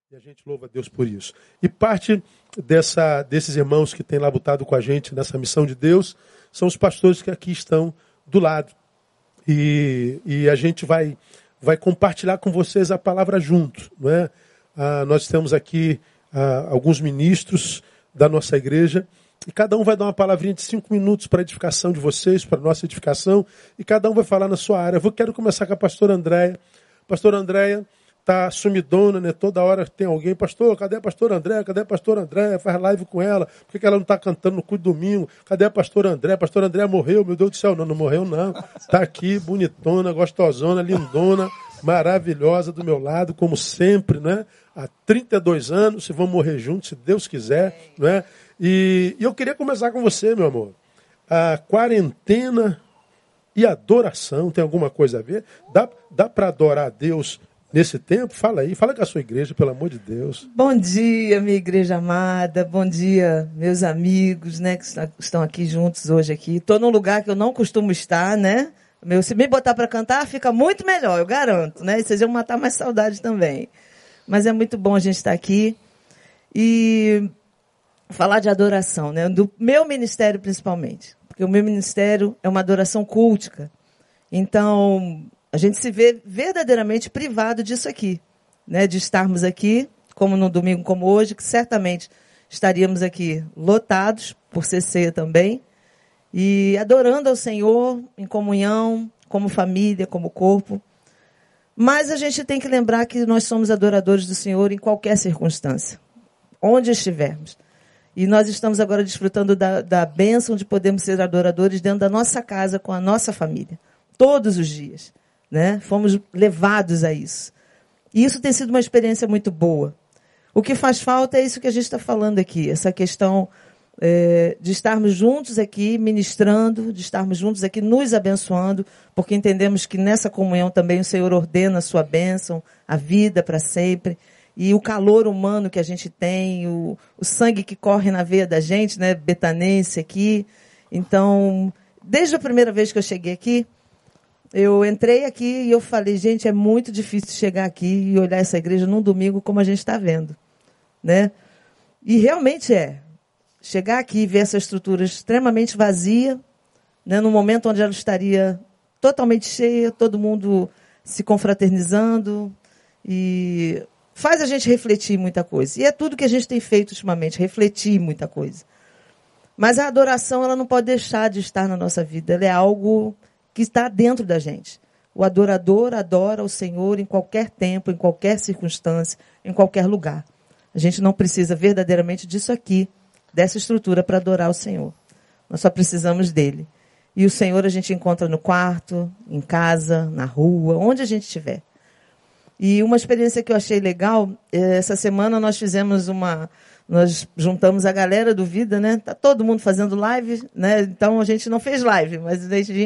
E a gente louva a Deus por isso. E parte desses irmãos que têm labutado com a gente nessa missão de Deus são os pastores que aqui estão do lado. E a gente vai compartilhar com vocês a palavra junto. Não é? Nós temos aqui alguns ministros da nossa igreja e cada um vai dar uma palavrinha de 5 minutos para a edificação de vocês, para a nossa edificação, e cada um vai falar na sua área. Quero começar com a pastora Andréia. Pastora Andréia está sumidona, né? Toda hora tem alguém, pastor, cadê a pastora Andréia? Cadê a pastora Andréia? Faz live com ela. Por que ela não está cantando no culto domingo? Cadê a pastora Andréia? A pastora Andréia morreu, meu Deus do céu. Não morreu não. Está aqui, bonitona, gostosona, lindona, maravilhosa do meu lado, como sempre, né? Há 32 anos, se vão morrer juntos, se Deus quiser, né? E eu queria começar com você, meu amor. A quarentena e adoração tem alguma coisa a ver? Dá para adorar a Deus nesse tempo? Fala aí, fala com a sua igreja, pelo amor de Deus. Bom dia, minha igreja amada. Bom dia, meus amigos, né, que estão aqui juntos hoje aqui. Estou num lugar que eu não costumo estar, né? Se me botar para cantar, fica muito melhor, eu garanto, né? E vocês vão matar mais saudade também. Mas é muito bom a gente estar aqui e falar de adoração, né? Do meu ministério principalmente, porque o meu ministério é uma adoração cultica. Então, a gente se vê verdadeiramente privado disso aqui, né? De estarmos aqui, como num domingo como hoje, que certamente estaríamos aqui lotados, por ser ceia também, e adorando ao Senhor em comunhão, como família, como corpo. Mas a gente tem que lembrar que nós somos adoradores do Senhor em qualquer circunstância, onde estivermos. E nós estamos agora desfrutando da bênção de podermos ser adoradores dentro da nossa casa, com a nossa família, todos os dias. Né? Fomos levados a isso. E isso tem sido uma experiência muito boa. O que faz falta é isso que a gente está falando aqui, essa questão de estarmos juntos aqui, ministrando, de estarmos juntos aqui, nos abençoando, porque entendemos que nessa comunhão também o Senhor ordena a sua bênção, a vida para sempre, e o calor humano que a gente tem, o sangue que corre na veia da gente, né, betanense aqui. Então, desde a primeira vez que eu cheguei aqui, eu entrei aqui e eu falei, gente, é muito difícil chegar aqui e olhar essa igreja num domingo como a gente está vendo, né? E realmente é. Chegar aqui e ver essa estrutura extremamente vazia, né, num momento onde ela estaria totalmente cheia, todo mundo se confraternizando, e faz a gente refletir muita coisa. E é tudo que a gente tem feito ultimamente, refletir muita coisa. Mas a adoração, ela não pode deixar de estar na nossa vida. Ela é algo que está dentro da gente. O adorador adora o Senhor em qualquer tempo, em qualquer circunstância, em qualquer lugar. A gente não precisa verdadeiramente disso aqui, dessa estrutura para adorar o Senhor. Nós só precisamos dele. E o Senhor a gente encontra no quarto, em casa, na rua, onde a gente estiver. E uma experiência que eu achei legal, essa semana nós juntamos a galera do Vida, né? Tá todo mundo fazendo live, né? Então a gente não fez live, mas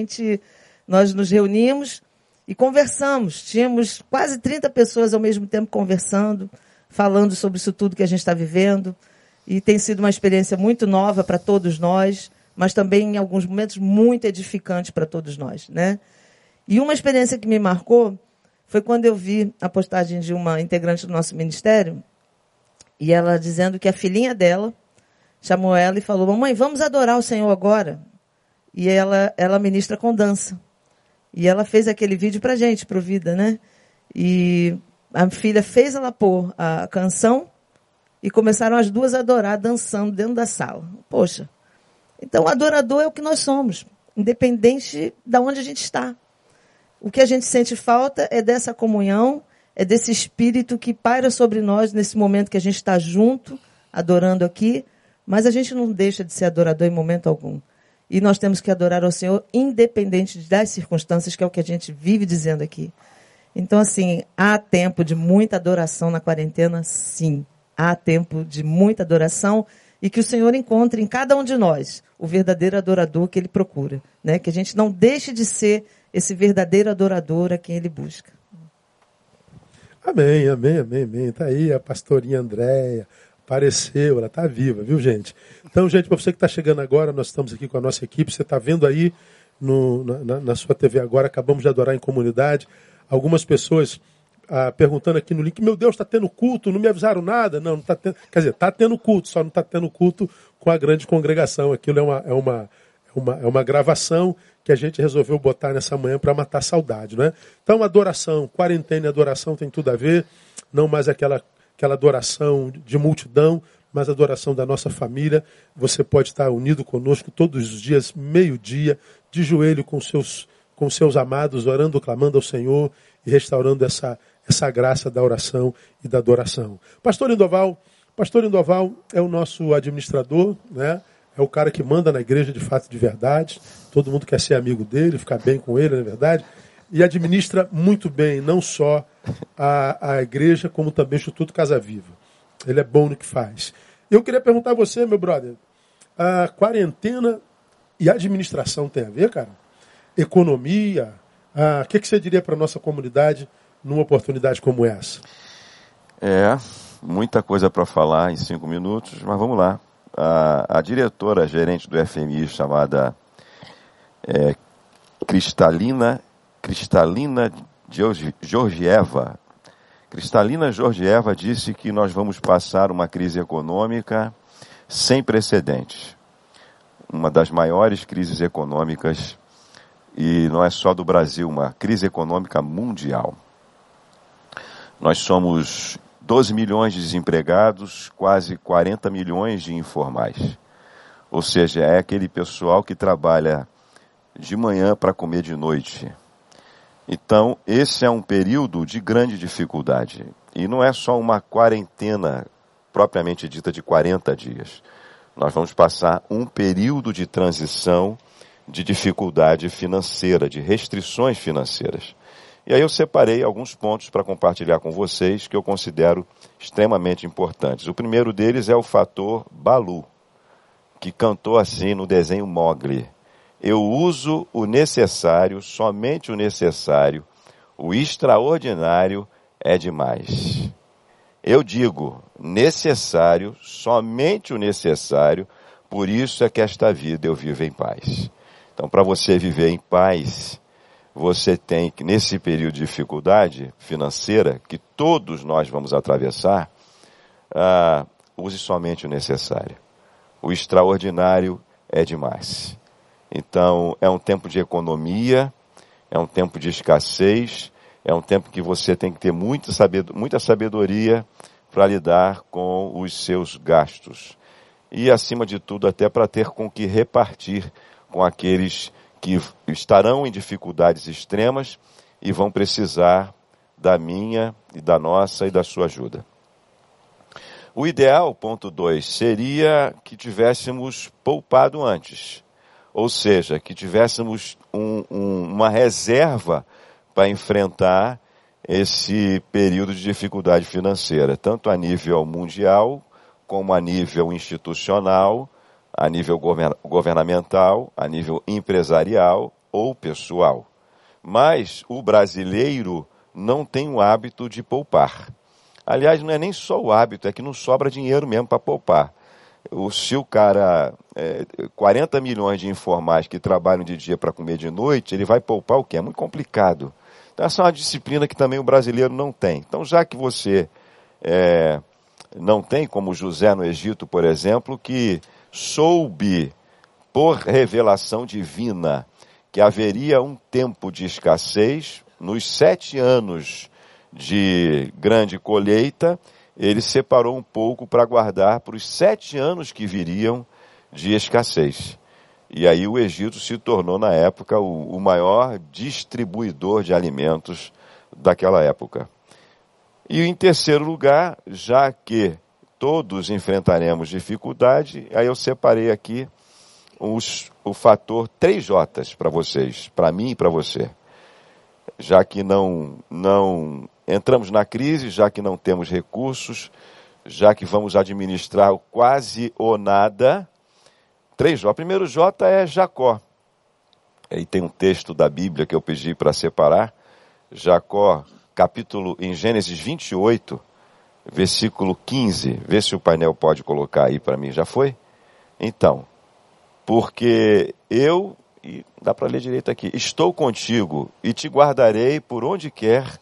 nós nos reunimos e conversamos. Tínhamos quase 30 pessoas ao mesmo tempo conversando, falando sobre isso tudo que a gente está vivendo. E tem sido uma experiência muito nova para todos nós, mas também em alguns momentos muito edificante para todos nós, né? E uma experiência que me marcou foi quando eu vi a postagem de uma integrante do nosso ministério, e ela dizendo que a filhinha dela chamou ela e falou, mamãe, vamos adorar o Senhor agora. E ela ministra com dança. E ela fez aquele vídeo para a gente, pro Vida, né? E a filha fez ela pôr a canção e começaram as duas a adorar, dançando dentro da sala. Poxa, então o adorador é o que nós somos, independente de onde a gente está. O que a gente sente falta é dessa comunhão, é desse espírito que paira sobre nós nesse momento que a gente está junto, adorando aqui, mas a gente não deixa de ser adorador em momento algum. E nós temos que adorar ao Senhor independente das circunstâncias, que é o que a gente vive dizendo aqui. Então, assim, há tempo de muita adoração na quarentena, sim. Há tempo de muita adoração e que o Senhor encontre em cada um de nós o verdadeiro adorador que Ele procura, né? Que a gente não deixe de ser esse verdadeiro adorador a quem Ele busca. Amém, amém, amém, amém. Está aí a pastorinha Andréia, apareceu, ela está viva, viu, gente? Então, gente, para você que está chegando agora, nós estamos aqui com a nossa equipe, você está vendo aí na sua TV agora, acabamos de adorar em comunidade. Algumas pessoas perguntando aqui no link, meu Deus, está tendo culto, não me avisaram nada. Não está tendo, quer dizer, está tendo culto, só não está tendo culto com a grande congregação. Aquilo é uma gravação que a gente resolveu botar nessa manhã para matar a saudade, né? Então, adoração, quarentena e adoração tem tudo a ver, não mais aquela adoração de multidão, mas a adoração da nossa família. Você pode estar unido conosco todos os dias, meio-dia, de joelho com seus amados, orando, clamando ao Senhor e restaurando essa graça da oração e da adoração. Pastor Lindoval é o nosso administrador, né? É o cara que manda na igreja de fato, de verdade. Todo mundo quer ser amigo dele, ficar bem com ele, não é verdade? E administra muito bem, não só a igreja, como também o Instituto Casa Viva. Ele é bom no que faz. Eu queria perguntar a você, meu brother, a quarentena e a administração tem a ver, cara? Economia, o que você diria para a nossa comunidade numa oportunidade como essa? Muita coisa para falar em 5 minutos, mas vamos lá. A diretora gerente do FMI, chamada Cristalina Georgieva, disse que nós vamos passar uma crise econômica sem precedentes. Uma das maiores crises econômicas, e não é só do Brasil, uma crise econômica mundial. Nós somos 12 milhões de desempregados, quase 40 milhões de informais. Ou seja, é aquele pessoal que trabalha de manhã para comer de noite. Então, esse é um período de grande dificuldade. E não é só uma quarentena propriamente dita de 40 dias. Nós vamos passar um período de transição, de dificuldade financeira, de restrições financeiras. E aí eu separei alguns pontos para compartilhar com vocês que eu considero extremamente importantes. O primeiro deles é o fator Balu, que cantou assim no desenho Mowgli. Eu uso o necessário, somente o necessário. O extraordinário é demais. Eu digo necessário, somente o necessário. Por isso é que esta vida eu vivo em paz. Então, para você viver em paz, você tem que, nesse período de dificuldade financeira, que todos nós vamos atravessar, use somente o necessário. O extraordinário é demais. Então, é um tempo de economia, é um tempo de escassez, é um tempo que você tem que ter muita sabedoria para lidar com os seus gastos. E, acima de tudo, até para ter com que repartir com aqueles que estarão em dificuldades extremas e vão precisar da minha e da nossa e da sua ajuda. O ideal, ponto 2, seria que tivéssemos poupado antes. Ou seja, que tivéssemos uma reserva para enfrentar esse período de dificuldade financeira, tanto a nível mundial, como a nível institucional, a nível governamental, a nível empresarial ou pessoal. Mas o brasileiro não tem o hábito de poupar. Aliás, não é nem só o hábito, é que não sobra dinheiro mesmo para poupar. Se o cara, 40 milhões de informais que trabalham de dia para comer de noite, ele vai poupar o quê? É muito complicado. Então, essa é uma disciplina que também o brasileiro não tem. Então, já que você não tem, como José no Egito, por exemplo, que soube, por revelação divina, que haveria um tempo de escassez, nos 7 anos de grande colheita, ele separou um pouco para guardar para os 7 anos que viriam de escassez. E aí o Egito se tornou, na época, o maior distribuidor de alimentos daquela época. E em terceiro lugar, já que todos enfrentaremos dificuldade, aí eu separei aqui o fator 3Js para vocês, para mim e para você. Já que não entramos na crise, já que não temos recursos, já que vamos administrar quase ou nada, 3J. O primeiro J é Jacó. Aí tem um texto da Bíblia que eu pedi para separar. Jacó, capítulo em Gênesis 28, versículo 15. Vê se o painel pode colocar aí para mim. Já foi? Então, porque eu, e dá para ler direito aqui, estou contigo e te guardarei por onde quer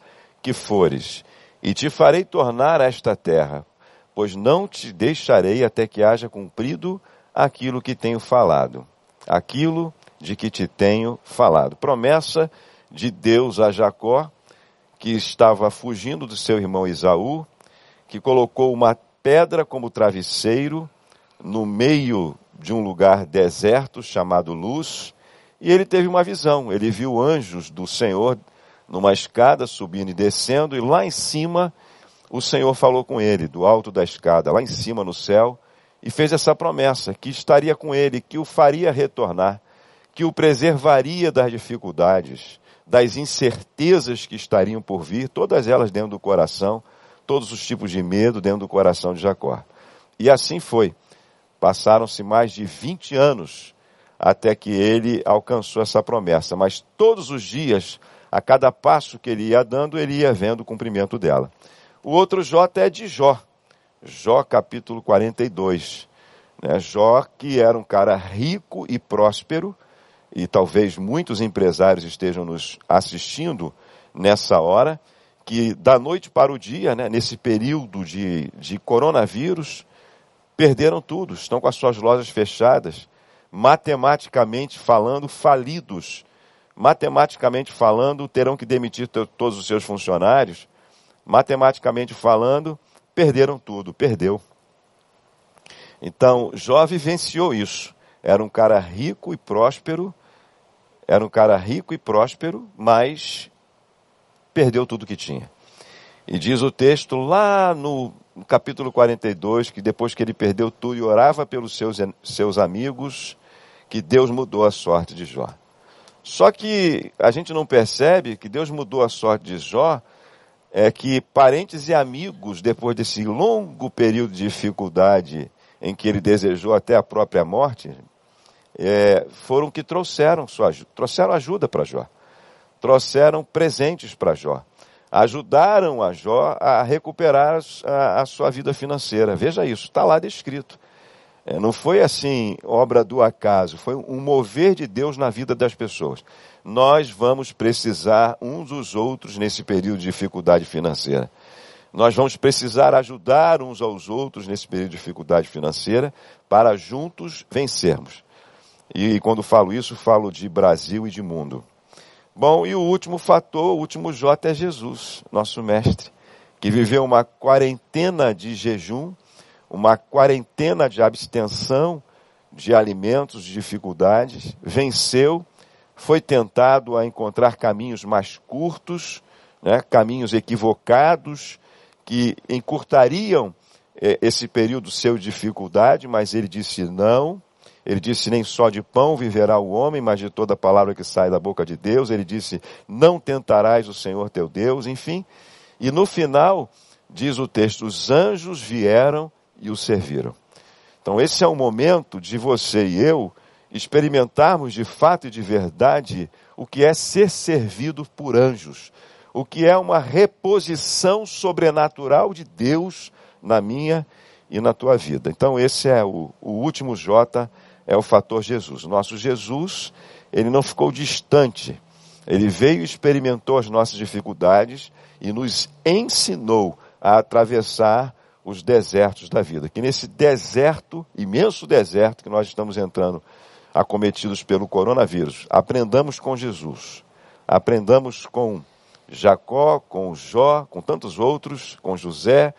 que fores, e te farei tornar a esta terra, pois não te deixarei até que haja cumprido aquilo que tenho falado, aquilo de que te tenho falado. Promessa de Deus a Jacó, que estava fugindo do seu irmão Esaú, que colocou uma pedra como travesseiro no meio de um lugar deserto chamado Luz, e ele teve uma visão. Ele viu anjos do Senhor numa escada subindo e descendo, e lá em cima o Senhor falou com ele, do alto da escada, lá em cima no céu, e fez essa promessa, que estaria com ele, que o faria retornar, que o preservaria das dificuldades, das incertezas que estariam por vir, todas elas dentro do coração, todos os tipos de medo dentro do coração de Jacó. E assim foi. Passaram-se mais de 20 anos até que ele alcançou essa promessa, mas todos os dias, a cada passo que ele ia dando, ele ia vendo o cumprimento dela. O outro J é de Jó. Jó capítulo 42. Jó, que era um cara rico e próspero, e talvez muitos empresários estejam nos assistindo nessa hora, que da noite para o dia, nesse período de coronavírus, perderam tudo, estão com as suas lojas fechadas, matematicamente falando, falidos. Matematicamente falando, terão que demitir todos os seus funcionários. Matematicamente falando, perderam tudo, perdeu. Então, Jó vivenciou isso. Era um cara rico e próspero, mas perdeu tudo que tinha. E diz o texto lá no capítulo 42, que depois que ele perdeu tudo e orava pelos seus amigos, que Deus mudou a sorte de Jó. Só que a gente não percebe que Deus mudou a sorte de Jó, que parentes e amigos, depois desse longo período de dificuldade em que ele desejou até a própria morte, foram que trouxeram ajuda para Jó, trouxeram presentes para Jó, ajudaram a Jó a recuperar a sua vida financeira. Veja isso, está lá descrito. Não foi assim, obra do acaso, foi um mover de Deus na vida das pessoas. Nós vamos precisar uns dos outros nesse período de dificuldade financeira. Nós vamos precisar ajudar uns aos outros nesse período de dificuldade financeira para juntos vencermos. E quando falo isso, falo de Brasil e de mundo. Bom, e o último fator, o último J é Jesus, nosso mestre, que viveu uma quarentena de jejum, uma quarentena de abstenção de alimentos, de dificuldades, venceu, foi tentado a encontrar caminhos mais curtos, caminhos equivocados, que encurtariam esse período seu de dificuldade, mas ele disse não. Ele disse, nem só de pão viverá o homem, mas de toda palavra que sai da boca de Deus. Ele disse, não tentarás o Senhor teu Deus, enfim. E no final, diz o texto, os anjos vieram e o serviram. Então esse é o momento de você e eu experimentarmos de fato e de verdade o que é ser servido por anjos. O que é uma reposição sobrenatural de Deus na minha e na tua vida. Então esse é o último J, é o fator Jesus. Nosso Jesus, ele não ficou distante. Ele veio e experimentou as nossas dificuldades e nos ensinou a atravessar os desertos da vida. Que nesse deserto, imenso deserto que nós estamos entrando, acometidos pelo coronavírus, aprendamos com Jesus. Aprendamos com Jacó, com Jó, com tantos outros, com José,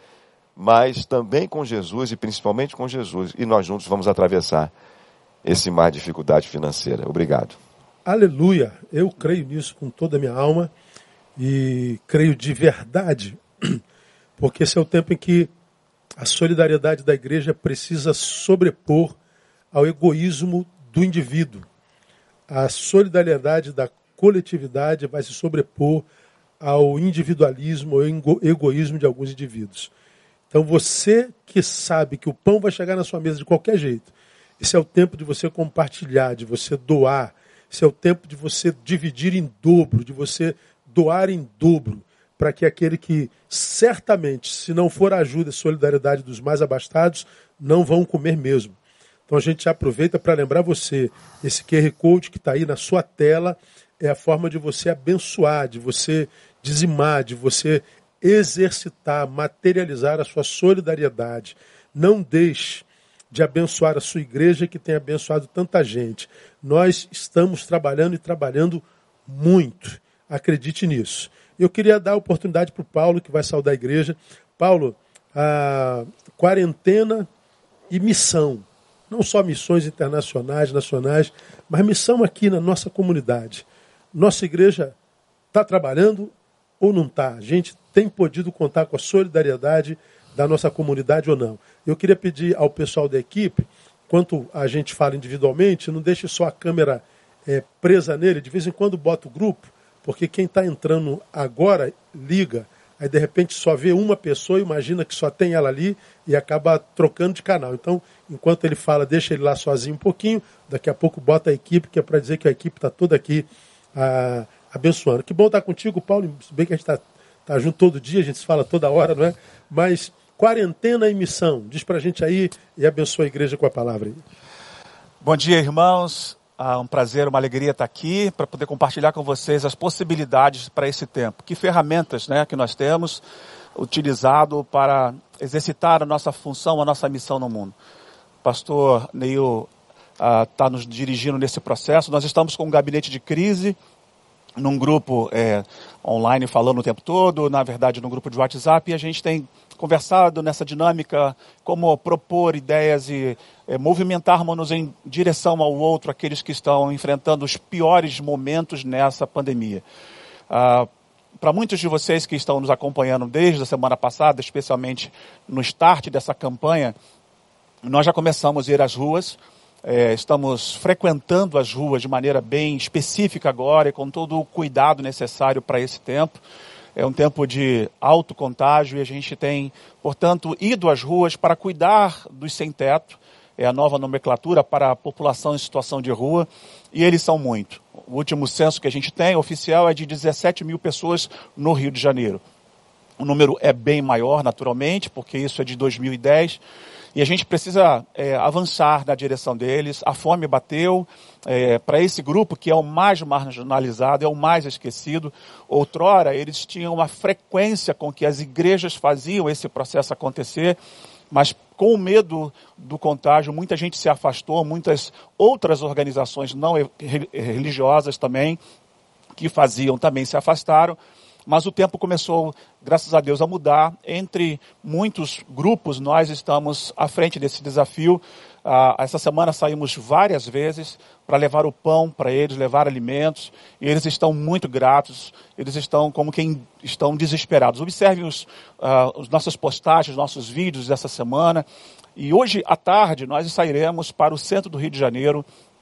mas também com Jesus e principalmente com Jesus. E nós juntos vamos atravessar esse mar de dificuldade financeira. Obrigado. Aleluia! Eu creio nisso com toda a minha alma e creio de verdade, porque esse é o tempo em que a solidariedade da igreja precisa sobrepor ao egoísmo do indivíduo. A solidariedade da coletividade vai se sobrepor ao individualismo, ao egoísmo de alguns indivíduos. Então você que sabe que o pão vai chegar na sua mesa de qualquer jeito, esse é o tempo de você compartilhar, de você doar, esse é o tempo de você dividir em dobro, de você doar em dobro, para que aquele que certamente, se não for a ajuda e solidariedade dos mais abastados, não vão comer mesmo. Então a gente aproveita para lembrar você, esse QR Code que está aí na sua tela, é a forma de você abençoar, de você dizimar, de você exercitar, materializar a sua solidariedade. Não deixe de abençoar a sua igreja que tem abençoado tanta gente. Nós estamos trabalhando e trabalhando muito. Acredite nisso. Eu queria dar a oportunidade para o Paulo, que vai saudar a igreja. Paulo, a quarentena e missão. Não só missões internacionais, nacionais, mas missão aqui na nossa comunidade. Nossa igreja está trabalhando ou não está? A gente tem podido contar com a solidariedade da nossa comunidade ou não? Eu queria pedir ao pessoal da equipe, enquanto a gente fala individualmente, não deixe só a câmera presa nele, de vez em quando bota o grupo, porque quem está entrando agora liga, aí de repente só vê uma pessoa, imagina que só tem ela ali e acaba trocando de canal. Então, enquanto ele fala, deixa ele lá sozinho um pouquinho, daqui a pouco bota a equipe, que é para dizer que a equipe está toda aqui abençoando. Que bom estar contigo, Paulo, se bem que a gente está junto todo dia, a gente se fala toda hora, não é? Mas quarentena e missão, diz para a gente aí e abençoa a igreja com a palavra aí. Bom dia, irmãos. Um prazer, uma alegria estar aqui para poder compartilhar com vocês as possibilidades para esse tempo. Que ferramentas, né, que nós temos utilizado para exercitar a nossa função, a nossa missão no mundo. O pastor Neil está nos dirigindo nesse processo. Nós estamos com um gabinete de crise, num grupo online falando o tempo todo, na verdade no grupo de WhatsApp, e a gente tem conversado nessa dinâmica, como propor ideias e movimentarmos-nos em direção ao outro, aqueles que estão enfrentando os piores momentos nessa pandemia. Para muitos de vocês que estão nos acompanhando desde a semana passada, especialmente no start dessa campanha, nós já começamos a ir às ruas, estamos frequentando as ruas de maneira bem específica agora e com todo o cuidado necessário para esse tempo. É um tempo de alto contágio e a gente tem, portanto, ido às ruas para cuidar dos sem-teto. É a nova nomenclatura para a população em situação de rua, e eles são muito. O último censo que a gente tem, oficial, é de 17 mil pessoas no Rio de Janeiro. O número é bem maior, naturalmente, porque isso é de 2010, e a gente precisa avançar na direção deles. A fome bateu para esse grupo, que é o mais marginalizado, é o mais esquecido. Outrora, eles tinham uma frequência com que as igrejas faziam esse processo acontecer, mas com o medo do contágio, muita gente se afastou, muitas outras organizações não religiosas também, que faziam, também se afastaram. Mas o tempo começou, graças a Deus, a mudar. Entre muitos grupos, nós estamos à frente desse desafio. Essa semana saímos várias vezes para levar o pão para eles, levar alimentos. E eles estão muito gratos, eles estão como quem estão desesperados. Observem os nossas postagens, nossos vídeos dessa semana. E hoje à tarde nós sairemos para o centro do Rio de Janeiro.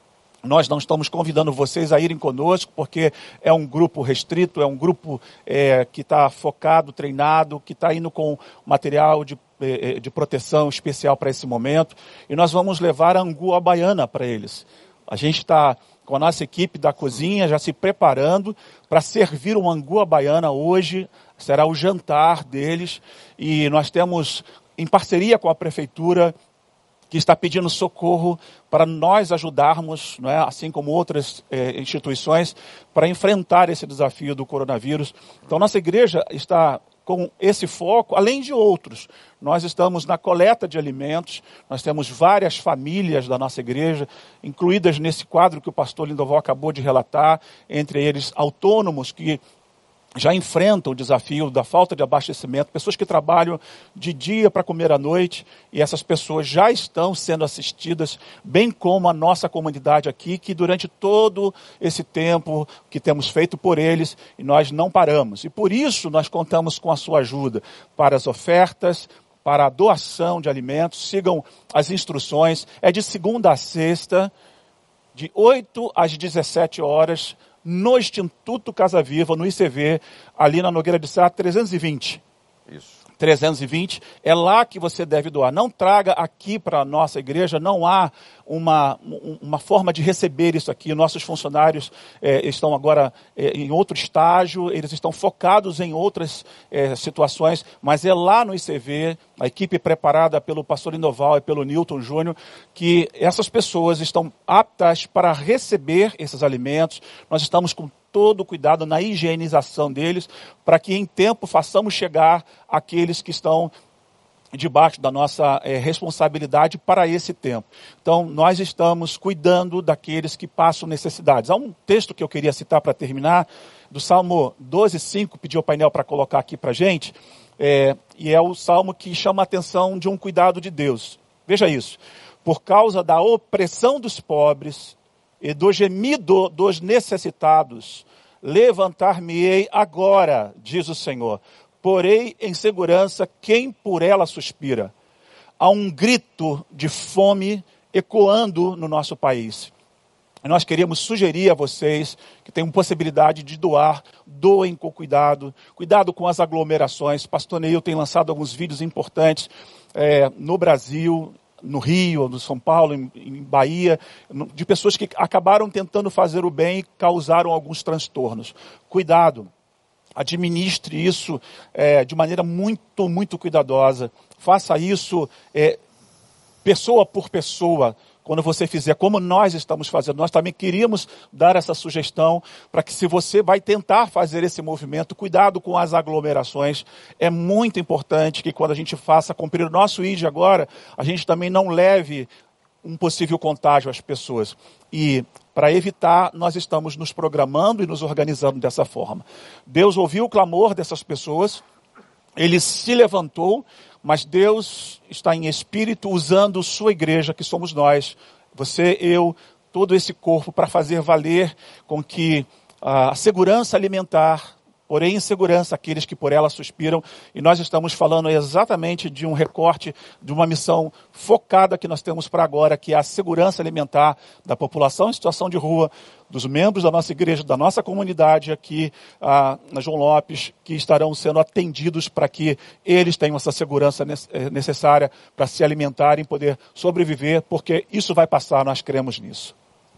Nós não estamos convidando vocês a irem conosco, porque é um grupo restrito, é um grupo que está focado, treinado, que está indo com material de proteção especial para esse momento. E nós vamos levar a angu à baiana para eles. A gente está com a nossa equipe da cozinha já se preparando para servir um angu à baiana hoje. Será o jantar deles. E nós temos, em parceria com a prefeitura, que está pedindo socorro para nós ajudarmos, não é? Assim como outras instituições, para enfrentar esse desafio do coronavírus. Então, nossa igreja está com esse foco, além de outros. Nós estamos na coleta de alimentos, nós temos várias famílias da nossa igreja, incluídas nesse quadro que o pastor Lindoval acabou de relatar, entre eles autônomos que já enfrentam o desafio da falta de abastecimento, pessoas que trabalham de dia para comer à noite, e essas pessoas já estão sendo assistidas, bem como a nossa comunidade aqui, que durante todo esse tempo que temos feito por eles, e nós não paramos. E por isso nós contamos com a sua ajuda para as ofertas, para a doação de alimentos. Sigam as instruções, é de segunda a sexta, de 8 às 17 horas, no Instituto Casa Viva, no ICV, ali na Nogueira de Sá, 320. Isso. 320, é lá que você deve doar. Não traga aqui para a nossa igreja, não há uma forma de receber isso aqui. Nossos funcionários estão agora em outro estágio, eles estão focados em outras situações, mas é lá no ICV, a equipe preparada pelo pastor Lindoval e pelo Newton Júnior, que essas pessoas estão aptas para receber esses alimentos. Nós estamos com todo o cuidado na higienização deles, para que em tempo façamos chegar aqueles que estão debaixo da nossa responsabilidade para esse tempo. Então, nós estamos cuidando daqueles que passam necessidades. Há um texto que eu queria citar para terminar, do Salmo 12:5, pedi ao painel para colocar aqui para a gente, e é o salmo que chama a atenção de um cuidado de Deus. Veja isso. Por causa da opressão dos pobres e do gemido dos necessitados, levantar-me-ei agora, diz o Senhor. Porém, em segurança, quem por ela suspira. Há um grito de fome ecoando no nosso país. E nós queremos sugerir a vocês que têm possibilidade de doar, doem com cuidado, cuidado com as aglomerações. Pastor Neil tem lançado alguns vídeos importantes no Brasil, no Rio, no São Paulo, em Bahia, de pessoas que acabaram tentando fazer o bem e causaram alguns transtornos. Cuidado. Administre isso de maneira muito, muito cuidadosa. Faça isso pessoa por pessoa, quando você fizer, como nós estamos fazendo. Nós também queríamos dar essa sugestão para que, se você vai tentar fazer esse movimento, cuidado com as aglomerações. É muito importante que, quando a gente faça cumprir o nosso ID agora, a gente também não leve um possível contágio às pessoas. E, para evitar, nós estamos nos programando e nos organizando dessa forma. Deus ouviu o clamor dessas pessoas, Ele se levantou, mas Deus está em espírito usando sua igreja, que somos nós, você, eu, todo esse corpo, para fazer valer com que a segurança alimentar, porém em segurança aqueles que por ela suspiram. E nós estamos falando exatamente de um recorte, de uma missão focada que nós temos para agora, que é a segurança alimentar da população em situação de rua, dos membros da nossa igreja, da nossa comunidade aqui na João Lopes, que estarão sendo atendidos para que eles tenham essa segurança necessária para se alimentarem e poder sobreviver, porque isso vai passar, nós cremos nisso.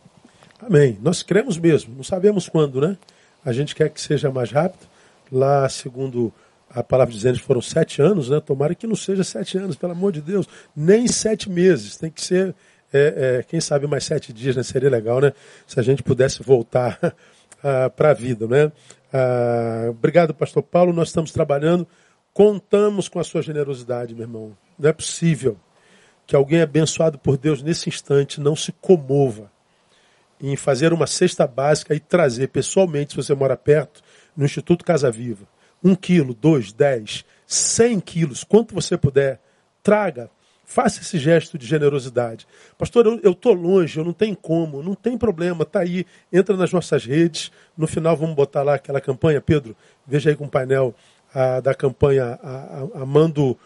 Amém. Nós cremos mesmo, não sabemos quando, né? A gente quer que seja mais rápido. Lá, segundo a palavra de Gênesis, foram 7 anos, né? Tomara que não seja 7 anos, pelo amor de Deus. Nem 7 meses. Tem que ser, quem sabe, mais 7 dias, né? Seria legal, né? Se a gente pudesse voltar para a vida, né? Obrigado, pastor Paulo. Nós estamos trabalhando. Contamos com a sua generosidade, meu irmão. Não é possível que alguém abençoado por Deus nesse instante não se comova em fazer uma cesta básica e trazer pessoalmente, se você mora perto, no Instituto Casa Viva. 1 quilo, 2, 10, 100 quilos, quanto você puder, traga, faça esse gesto de generosidade. Pastor, eu estou longe, eu não tenho como, não tem problema, está aí, entra nas nossas redes, no final vamos botar lá aquela campanha, Pedro, veja aí com o painel da campanha Amando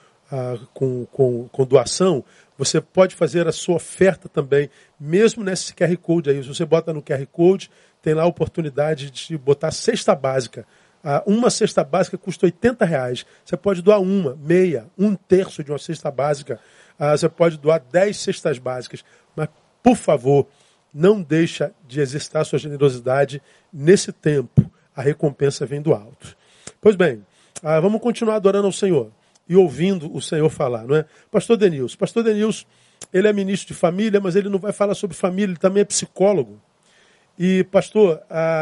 com doação. Você pode fazer a sua oferta também, mesmo nesse QR Code aí. Se você bota no QR Code, tem lá a oportunidade de botar cesta básica. Uma cesta básica custa R$80. Você pode doar meia, 1/3 de uma cesta básica. Você pode doar 10 cestas básicas. Mas, por favor, não deixa de exercitar a sua generosidade nesse tempo. A recompensa vem do alto. Pois bem, vamos continuar adorando ao Senhor e ouvindo o Senhor falar, não é? Pastor Denilson, ele é ministro de família, mas ele não vai falar sobre família, ele também é psicólogo. E, pastor,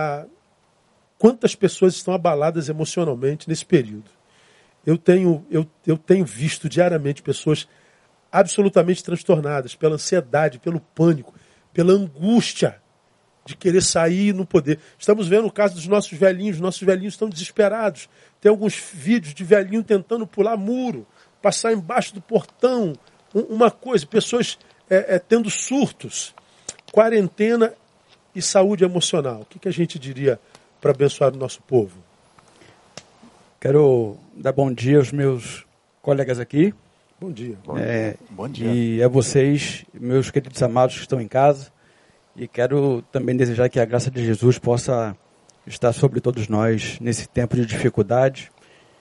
quantas pessoas estão abaladas emocionalmente nesse período? Eu tenho visto diariamente pessoas absolutamente transtornadas pela ansiedade, pelo pânico, pela angústia de querer sair e não poder. Estamos vendo o caso dos nossos velhinhos estão desesperados. Tem alguns vídeos de velhinho tentando pular muro, passar embaixo do portão, uma coisa, pessoas tendo surtos. Quarentena e saúde emocional. O que a gente diria para abençoar o nosso povo? Quero dar bom dia aos meus colegas aqui. Bom dia. Bom dia. E a vocês, meus queridos amados que estão em casa. E quero também desejar que a graça de Jesus possa estar sobre todos nós nesse tempo de dificuldade.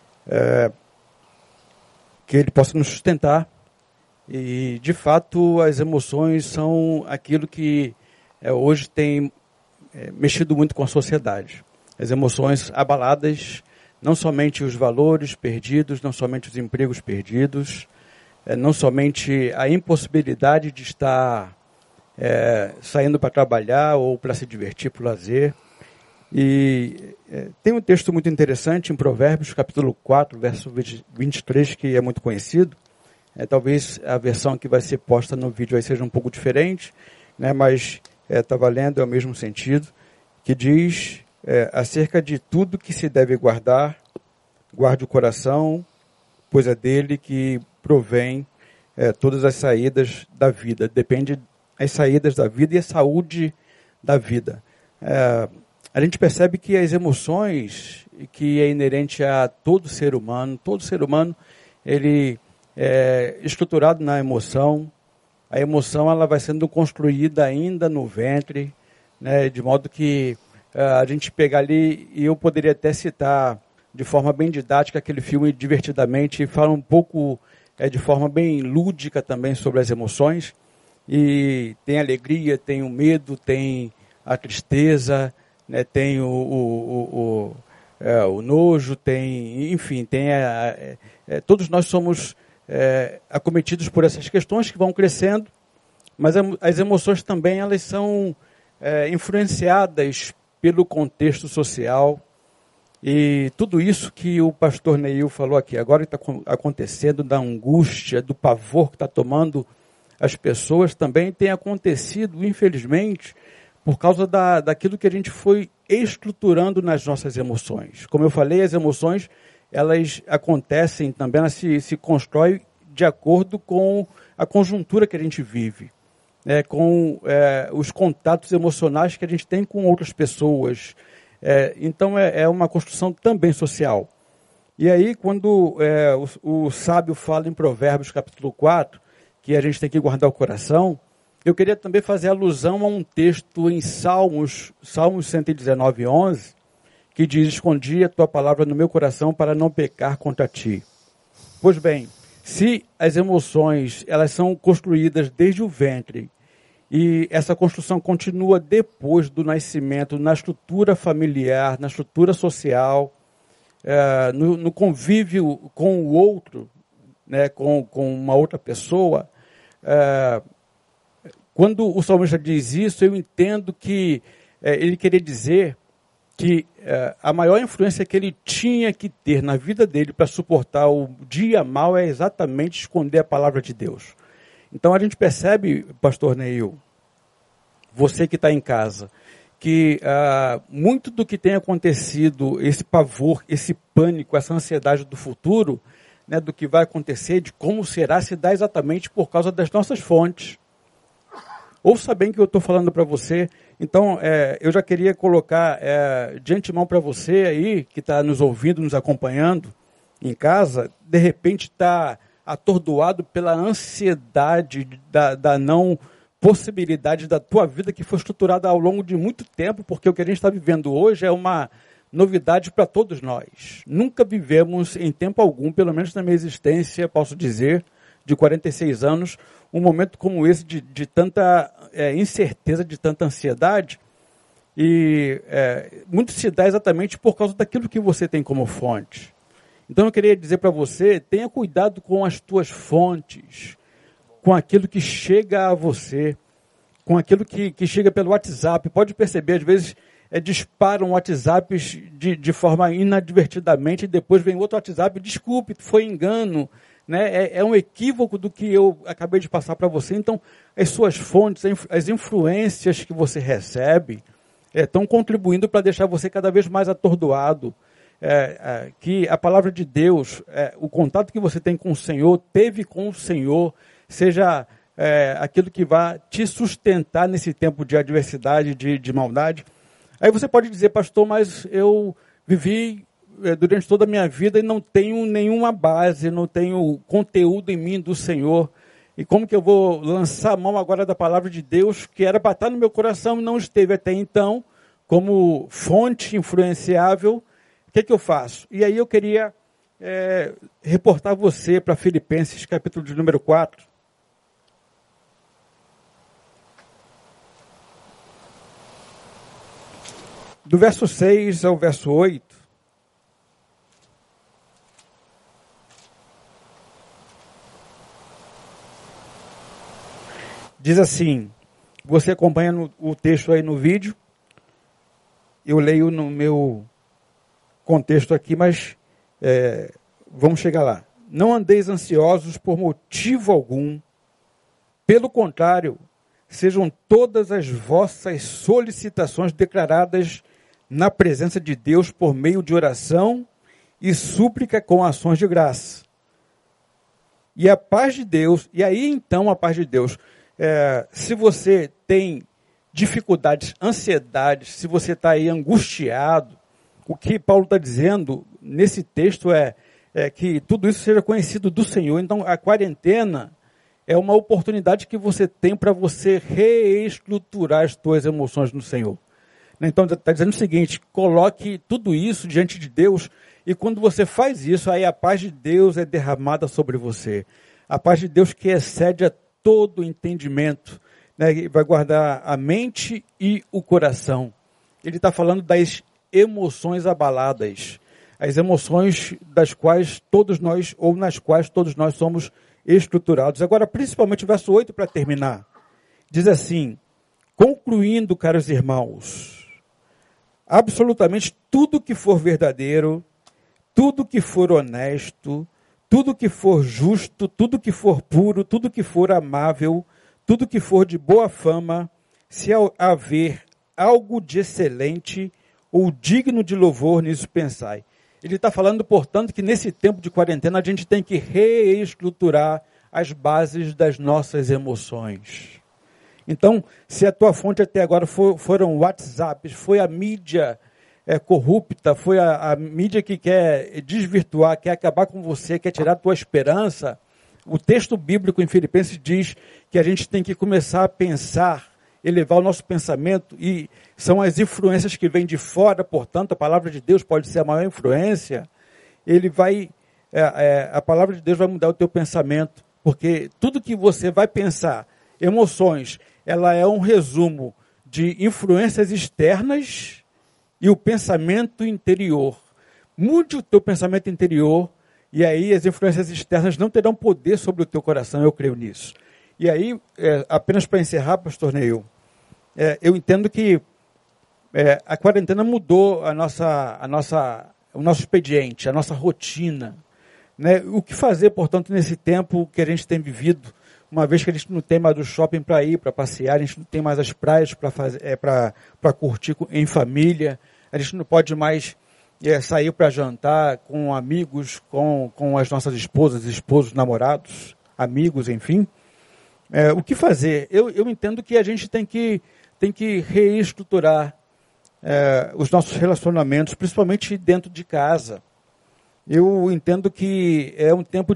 Que Ele possa nos sustentar. E, de fato, as emoções são aquilo que hoje tem mexido muito com a sociedade. As emoções abaladas, não somente os valores perdidos, não somente os empregos perdidos, não somente a impossibilidade de estar saindo para trabalhar ou para se divertir, para o lazer. E tem um texto muito interessante em Provérbios, capítulo 4, verso 23, que é muito conhecido. Talvez a versão que vai ser posta no vídeo aí seja um pouco diferente, né, mas está valendo, é o mesmo sentido, que diz acerca de tudo que se deve guardar, guarde o coração, pois é dele que provém todas as saídas da vida. Depende as saídas da vida e a saúde da vida. A gente percebe que as emoções, que é inerente a todo ser humano, ele é estruturado na emoção. A emoção ela vai sendo construída ainda no ventre, né, de modo que a gente pegar ali, e eu poderia até citar de forma bem didática aquele filme Divertidamente, fala um pouco de forma bem lúdica também sobre as emoções, e tem a alegria, tem o medo, tem a tristeza, né, tem o nojo, tem, enfim, tem todos nós somos acometidos por essas questões que vão crescendo, mas as emoções também elas são influenciadas pelo contexto social. E tudo isso que o pastor Neil falou aqui, agora está acontecendo, da angústia, do pavor que está tomando as pessoas, também tem acontecido, infelizmente, por causa daquilo que a gente foi estruturando nas nossas emoções. Como eu falei, as emoções, elas acontecem também, elas se constroem de acordo com a conjuntura que a gente vive, com os contatos emocionais que a gente tem com outras pessoas. Então é uma construção também social. E aí quando o sábio fala em Provérbios capítulo 4, que a gente tem que guardar o coração, eu queria também fazer alusão a um texto em Salmos 119, 11, que diz: escondi a tua palavra no meu coração para não pecar contra ti. Pois bem, se as emoções elas são construídas desde o ventre, e essa construção continua depois do nascimento, na estrutura familiar, na estrutura social, no convívio com o outro, né, com uma outra pessoa. Quando o salmista diz isso, eu entendo que ele queria dizer que a maior influência que ele tinha que ter na vida dele para suportar o dia mau é exatamente esconder a palavra de Deus. Então a gente percebe, pastor Neil, você que está em casa, que muito do que tem acontecido, esse pavor, esse pânico, essa ansiedade do futuro, né, do que vai acontecer, de como será, se dá exatamente por causa das nossas fontes. Ouça bem o que eu estou falando para você. Então, eu já queria colocar de antemão para você aí, que está nos ouvindo, nos acompanhando em casa, de repente está atordoado pela ansiedade da não possibilidade da tua vida que foi estruturada ao longo de muito tempo, porque o que a gente está vivendo hoje é uma novidade para todos nós. Nunca vivemos em tempo algum, pelo menos na minha existência, posso dizer, de 46 anos, um momento como esse de tanta incerteza, de tanta ansiedade, e muito se dá exatamente por causa daquilo que você tem como fonte. Então eu queria dizer para você, tenha cuidado com as tuas fontes, com aquilo que chega a você, com aquilo que chega pelo WhatsApp. Pode perceber, às vezes disparam WhatsApps de forma inadvertidamente, e depois vem outro WhatsApp, desculpe, foi engano, né? É um equívoco do que eu acabei de passar para você. Então, as suas fontes, as influências que você recebe, estão contribuindo para deixar você cada vez mais atordoado. Que a palavra de Deus, o contato que você tem com o Senhor, teve com o Senhor, seja aquilo que vai te sustentar nesse tempo de adversidade, de maldade. Aí você pode dizer, pastor, mas eu vivi durante toda a minha vida e não tenho nenhuma base, não tenho conteúdo em mim do Senhor. E como que eu vou lançar a mão agora da palavra de Deus, que era para estar no meu coração e não esteve até então, como fonte influenciável? O que eu faço? E aí eu queria reportar você para Filipenses, capítulo de número 4. Do verso 6 ao verso 8, diz assim, você acompanha o texto aí no vídeo, eu leio no meu contexto aqui, mas vamos chegar lá. Não andeis ansiosos por motivo algum, pelo contrário, sejam todas as vossas solicitações declaradas na presença de Deus por meio de oração e súplica com ações de graça. E a paz de Deus, e aí então a paz de Deus, se você tem dificuldades, ansiedades, se você está aí angustiado, o que Paulo está dizendo nesse texto é que tudo isso seja conhecido do Senhor. Então a quarentena é uma oportunidade que você tem para você reestruturar as suas emoções no Senhor. Então está dizendo o seguinte: coloque tudo isso diante de Deus, e quando você faz isso, aí a paz de Deus é derramada sobre você. A paz de Deus que excede a todo entendimento, né, vai guardar a mente e o coração. Ele está falando das emoções abaladas, as emoções das quais todos nós, ou nas quais todos nós somos estruturados. Agora, principalmente o verso 8 para terminar, diz assim: concluindo, caros irmãos, absolutamente tudo que for verdadeiro, tudo que for honesto, tudo que for justo, tudo que for puro, tudo que for amável, tudo que for de boa fama, se haver algo de excelente ou digno de louvor, nisso pensai. Ele está falando, portanto, que nesse tempo de quarentena a gente tem que reestruturar as bases das nossas emoções. Então, se a tua fonte até agora foram WhatsApps, foi a mídia corrupta, foi a mídia que quer desvirtuar, quer acabar com você, quer tirar a tua esperança, o texto bíblico em Filipenses diz que a gente tem que começar a pensar, elevar o nosso pensamento, e são as influências que vêm de fora, portanto, a palavra de Deus pode ser a maior influência. A palavra de Deus vai mudar o teu pensamento, porque tudo que você vai pensar, emoções, ela é um resumo de influências externas e o pensamento interior. Mude o teu pensamento interior, e aí as influências externas não terão poder sobre o teu coração, eu creio nisso. E aí, apenas para encerrar, pastor Neil, eu entendo que a quarentena mudou o nosso expediente, a nossa rotina. Né? O que fazer, portanto, nesse tempo que a gente tem vivido, uma vez que a gente não tem mais o shopping para ir, para passear, a gente não tem mais as praias para curtir em família, a gente não pode mais sair para jantar com amigos, com as nossas esposas, esposos, namorados, amigos, enfim. O que fazer? Eu entendo que a gente tem que reestruturar os nossos relacionamentos, principalmente dentro de casa. Eu entendo que é um tempo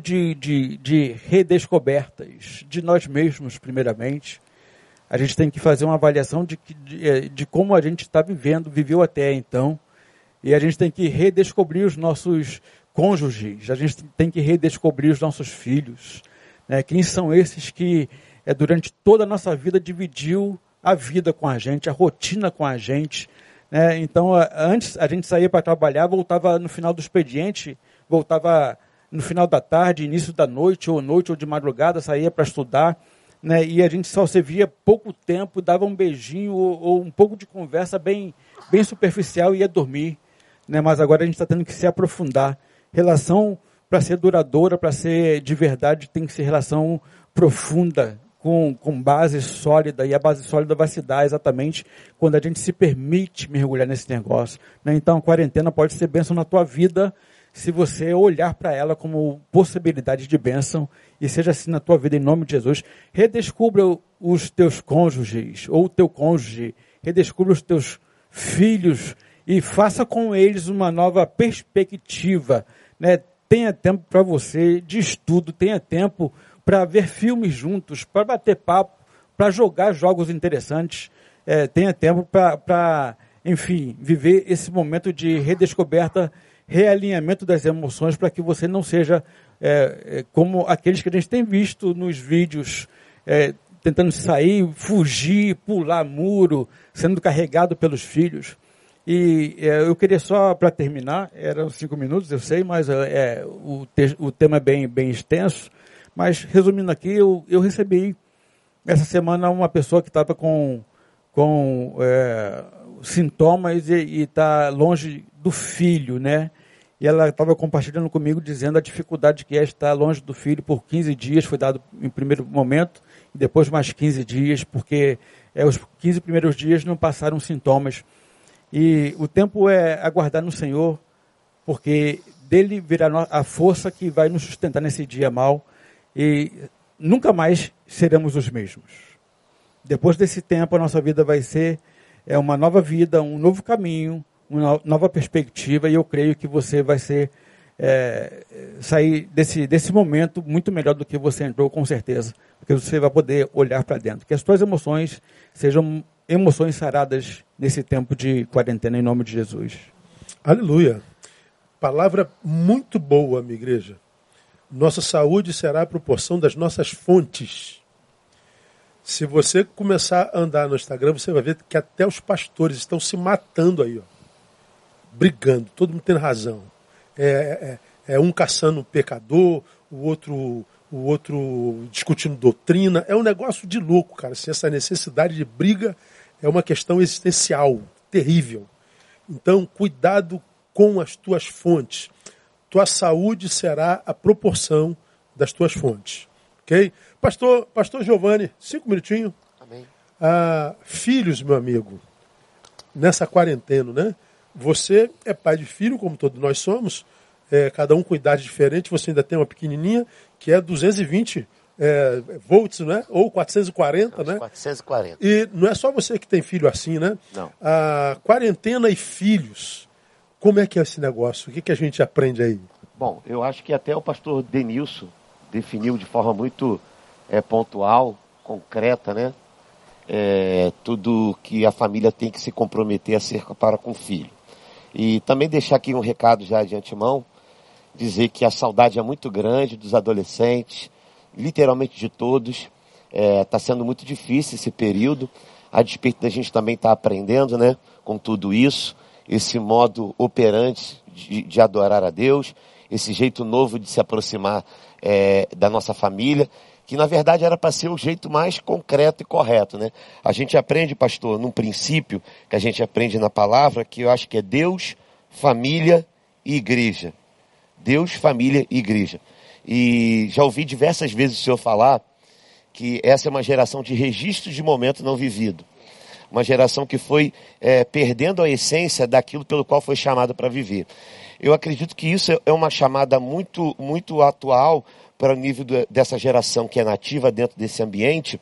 de redescobertas de nós mesmos, primeiramente. A gente tem que fazer uma avaliação de como a gente está viveu até então. E a gente tem que redescobrir os nossos cônjuges, a gente tem que redescobrir os nossos filhos. Quem são esses que durante toda a nossa vida dividiu a vida com a gente, a rotina com a gente. Então, antes a gente saía para trabalhar, voltava no final do expediente, voltava no final da tarde, início da noite ou de madrugada, saía para estudar, e a gente só se via pouco tempo, dava um beijinho ou um pouco de conversa bem superficial e ia dormir. Mas agora a gente está tendo que se aprofundar. Relação, para ser duradoura, para ser de verdade, tem que ser relação profunda, com base sólida, e a base sólida vai se dar exatamente quando a gente se permite mergulhar nesse negócio. Então a quarentena pode ser bênção na tua vida, se você olhar para ela como possibilidade de bênção, e seja assim na tua vida, em nome de Jesus. Redescubra os teus cônjuges, ou o teu cônjuge, redescubra os teus filhos, e faça com eles uma nova perspectiva. Tenha tempo para você de estudo, tenha tempo para ver filmes juntos, para bater papo, para jogar jogos interessantes, tenha tempo para, enfim, viver esse momento de redescoberta, realinhamento das emoções, para que você não seja como aqueles que a gente tem visto nos vídeos, tentando sair, fugir, pular muro, sendo carregado pelos filhos. E eu queria só, para terminar, eram 5 minutos, eu sei, mas o tema é bem extenso. Mas, resumindo aqui, eu recebi essa semana uma pessoa que estava com com sintomas e está longe do filho, né? E ela estava compartilhando comigo, dizendo a dificuldade que é estar longe do filho por 15 dias, foi dado em primeiro momento, e depois mais 15 dias, porque os 15 primeiros dias não passaram sintomas. E o tempo é aguardar no Senhor, porque dele virá a força que vai nos sustentar nesse dia mau, e nunca mais seremos os mesmos. Depois desse tempo, a nossa vida vai ser uma nova vida, um novo caminho, uma nova perspectiva, e eu creio que você vai sair desse momento muito melhor do que você entrou, com certeza, porque você vai poder olhar para dentro. Que as suas emoções sejam emoções saradas nesse tempo de quarentena, em nome de Jesus. Aleluia. Palavra muito boa, minha igreja. Nossa saúde será a proporção das nossas fontes. Se você começar a andar no Instagram, você vai ver que até os pastores estão se matando aí, ó. Brigando, todo mundo tendo razão. Um caçando um pecador, o outro discutindo doutrina. É um negócio de louco, cara. Assim, essa necessidade de briga é uma questão existencial, terrível. Então, cuidado com as tuas fontes. Tua saúde será a proporção das tuas fontes. Ok? Pastor Giovanni, 5 minutinhos. Amém. Filhos, meu amigo, nessa quarentena, né? Você é pai de filho, como todos nós somos, cada um com idade diferente. Você ainda tem uma pequenininha que é 220 volts, né? Ou 440, né? 440. E não é só você que tem filho assim, né? Não. A quarentena e filhos, como é que é esse negócio? O que a gente aprende aí? Bom, eu acho que até o pastor Denilson definiu de forma muito pontual, concreta, né? Tudo que a família tem que se comprometer acerca para com o filho. E também deixar aqui um recado já de antemão, dizer que a saudade é muito grande dos adolescentes, literalmente de todos. Está sendo muito difícil esse período, a despeito da gente também estar aprendendo, né, com tudo isso, esse modo operante de adorar a Deus, esse jeito novo de se aproximar da nossa família, que na verdade era para ser o jeito mais concreto e correto, né? A gente aprende, pastor, num princípio que a gente aprende na palavra, que eu acho que é Deus, família e igreja. Deus, família e igreja. E já ouvi diversas vezes o senhor falar que essa é uma geração de registros de momento não vivido. Uma geração que foi perdendo a essência daquilo pelo qual foi chamado para viver. Eu acredito que isso é uma chamada muito, muito atual para o nível dessa geração que é nativa dentro desse ambiente,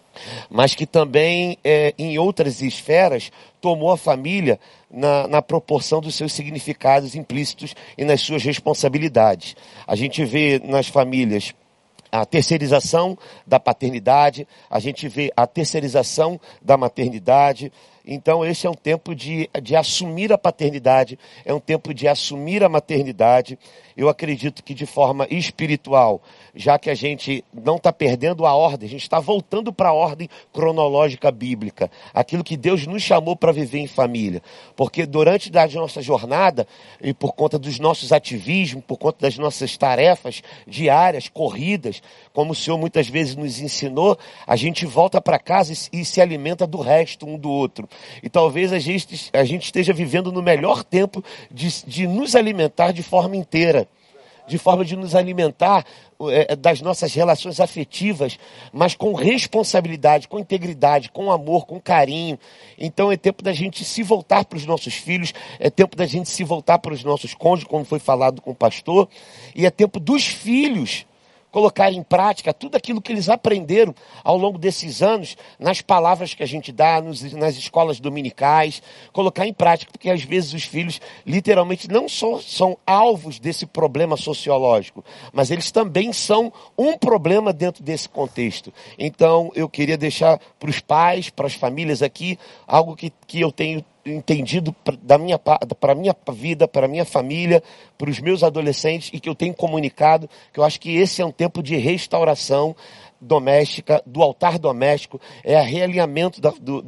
mas que também, em outras esferas, tomou a família na proporção dos seus significados implícitos e nas suas responsabilidades. A gente vê nas famílias a terceirização da paternidade, a gente vê a terceirização da maternidade. Então esse é um tempo de assumir a paternidade, é um tempo de assumir a maternidade. Eu acredito que de forma espiritual, já que a gente não está perdendo a ordem, a gente está voltando para a ordem cronológica bíblica, aquilo que Deus nos chamou para viver em família. Porque durante a nossa jornada, e por conta dos nossos ativismos, por conta das nossas tarefas diárias, corridas, como o Senhor muitas vezes nos ensinou, a gente volta para casa e se alimenta do resto um do outro. E talvez a gente esteja vivendo no melhor tempo de nos alimentar de forma inteira. De forma de nos alimentar das nossas relações afetivas, mas com responsabilidade, com integridade, com amor, com carinho. Então é tempo da gente se voltar para os nossos filhos, é tempo da gente se voltar para os nossos cônjuges, como foi falado com o pastor, e é tempo dos filhos colocar em prática tudo aquilo que eles aprenderam ao longo desses anos, nas palavras que a gente dá, nas escolas dominicais, colocar em prática, porque às vezes os filhos literalmente não só são alvos desse problema sociológico, mas eles também são um problema dentro desse contexto. Então eu queria deixar para os pais, para as famílias aqui, algo que eu tenho entendido para a minha vida, para a minha família, para os meus adolescentes, e que eu tenho comunicado, que eu acho que esse é um tempo de restauração doméstica, do altar doméstico, é realinhamento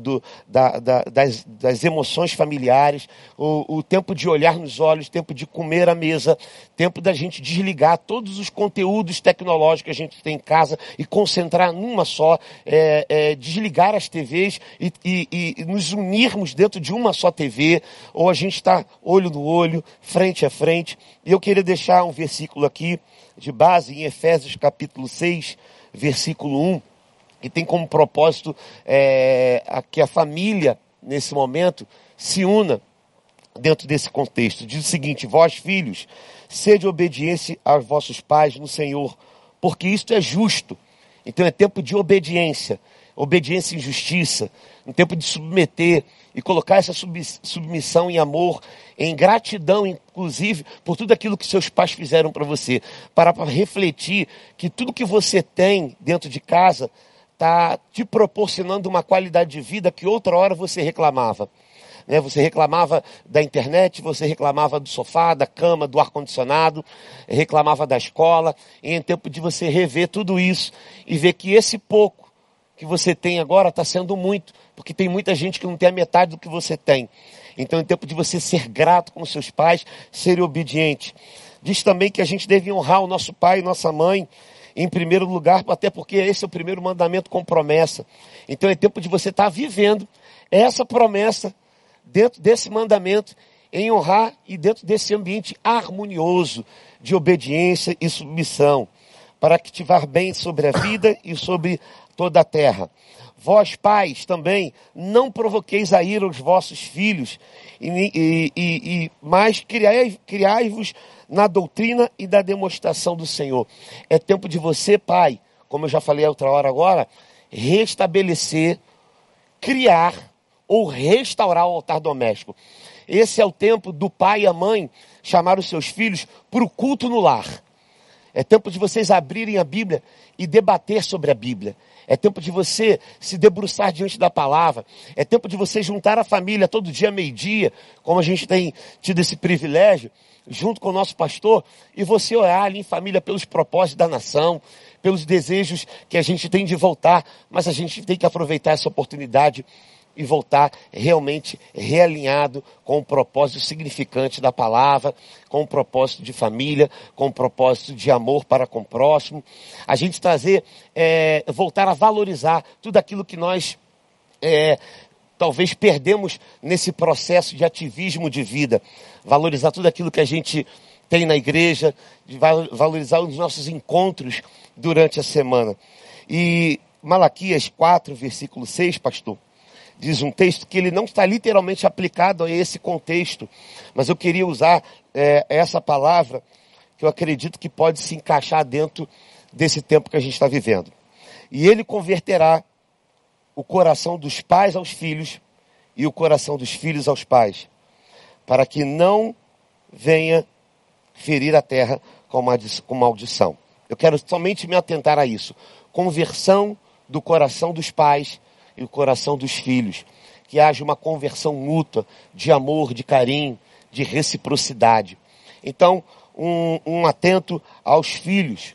das emoções familiares, o tempo de olhar nos olhos, tempo de comer à mesa, tempo da gente desligar todos os conteúdos tecnológicos que a gente tem em casa e concentrar numa só, desligar as TVs e nos unirmos dentro de uma só TV, ou a gente está olho no olho, frente a frente. E eu queria deixar um versículo aqui de base em Efésios capítulo 6, versículo 1, que tem como propósito que a família, nesse momento, se una dentro desse contexto. Diz o seguinte: vós, filhos, sede obediência aos vossos pais no Senhor, porque isto é justo. Então é tempo de obediência em justiça, um tempo de submeter e colocar essa submissão em amor, em gratidão, inclusive, por tudo aquilo que seus pais fizeram para você, para refletir que tudo que você tem dentro de casa está te proporcionando uma qualidade de vida que outra hora você reclamava. Você reclamava da internet, você reclamava do sofá, da cama, do ar-condicionado, reclamava da escola, e é tempo de você rever tudo isso e ver que esse pouco que você tem agora está sendo muito, porque tem muita gente que não tem a metade do que você tem. Então é tempo de você ser grato com os seus pais, ser obediente. Diz também que a gente deve honrar o nosso pai e nossa mãe em primeiro lugar, até porque esse é o primeiro mandamento com promessa. Então é tempo de você estar vivendo essa promessa dentro desse mandamento, em honrar e dentro desse ambiente harmonioso de obediência e submissão, para ativar bem sobre a vida e sobre toda a terra. Vós, pais, também não provoqueis a ira aos vossos filhos, mas criai-vos na doutrina e da demonstração do Senhor. É tempo de você, pai, como eu já falei outra hora agora, restabelecer, criar ou restaurar o altar doméstico. Esse é o tempo do pai e a mãe chamar os seus filhos para o culto no lar. É tempo de vocês abrirem a Bíblia e debater sobre a Bíblia. É tempo de você se debruçar diante da palavra. É tempo de você juntar a família todo dia, meio-dia, como a gente tem tido esse privilégio, junto com o nosso pastor, e você orar ali em família pelos propósitos da nação, pelos desejos que a gente tem de voltar, mas a gente tem que aproveitar essa oportunidade e voltar realmente realinhado com o propósito significante da palavra, com o propósito de família, com o propósito de amor para com o próximo. A gente voltar a valorizar tudo aquilo que nós talvez perdemos nesse processo de ativismo de vida. Valorizar tudo aquilo que a gente tem na igreja, valorizar os nossos encontros durante a semana. E Malaquias 4, versículo 6, pastor, diz um texto que ele não está literalmente aplicado a esse contexto, mas eu queria usar essa palavra que eu acredito que pode se encaixar dentro desse tempo que a gente está vivendo. E ele converterá o coração dos pais aos filhos e o coração dos filhos aos pais, para que não venha ferir a terra com maldição. Eu quero somente me atentar a isso. Conversão do coração dos pais e o coração dos filhos, que haja uma conversão mútua de amor, de carinho, de reciprocidade. Então, um atento aos filhos,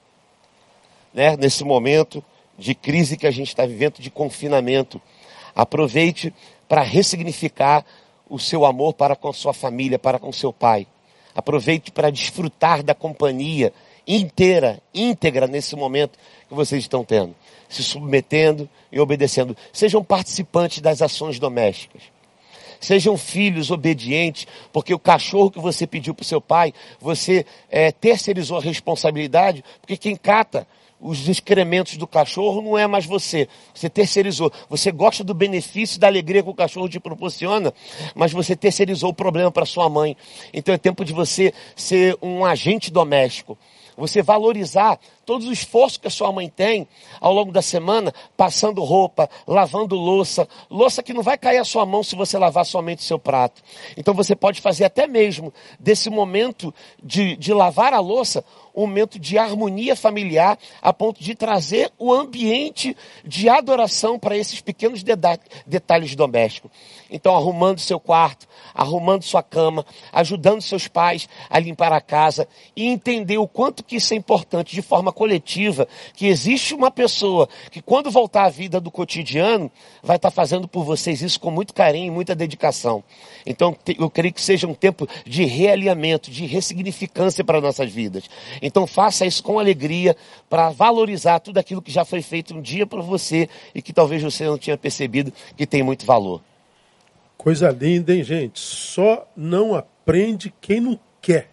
nesse momento de crise que a gente está vivendo, de confinamento. Aproveite para ressignificar o seu amor para com a sua família, para com seu pai. Aproveite para desfrutar da companhia íntegra nesse momento que vocês estão tendo, se submetendo e obedecendo. Sejam participantes das ações domésticas. Sejam filhos obedientes, porque o cachorro que você pediu para o seu pai, você terceirizou a responsabilidade, porque quem cata os excrementos do cachorro não é mais você terceirizou. Você gosta do benefício, da alegria que o cachorro te proporciona, mas você terceirizou o problema para sua mãe. Então é tempo de você ser um agente doméstico. Você valorizar todo o esforço que a sua mãe tem ao longo da semana, passando roupa, lavando louça que não vai cair a sua mão se você lavar somente o seu prato. Então você pode fazer até mesmo desse momento de lavar a louça um momento de harmonia familiar, a ponto de trazer o ambiente de adoração para esses pequenos detalhes domésticos. Então, arrumando seu quarto, arrumando sua cama, ajudando seus pais a limpar a casa e entender o quanto que isso é importante de forma forma coletiva, que existe uma pessoa que quando voltar à vida do cotidiano, vai estar fazendo por vocês isso com muito carinho e muita dedicação. Então eu creio que seja um tempo de realinhamento, de ressignificância para nossas vidas. Então faça isso com alegria, para valorizar tudo aquilo que já foi feito um dia para você e que talvez você não tinha percebido que tem muito valor. Coisa linda, hein, gente? Só não aprende quem não quer.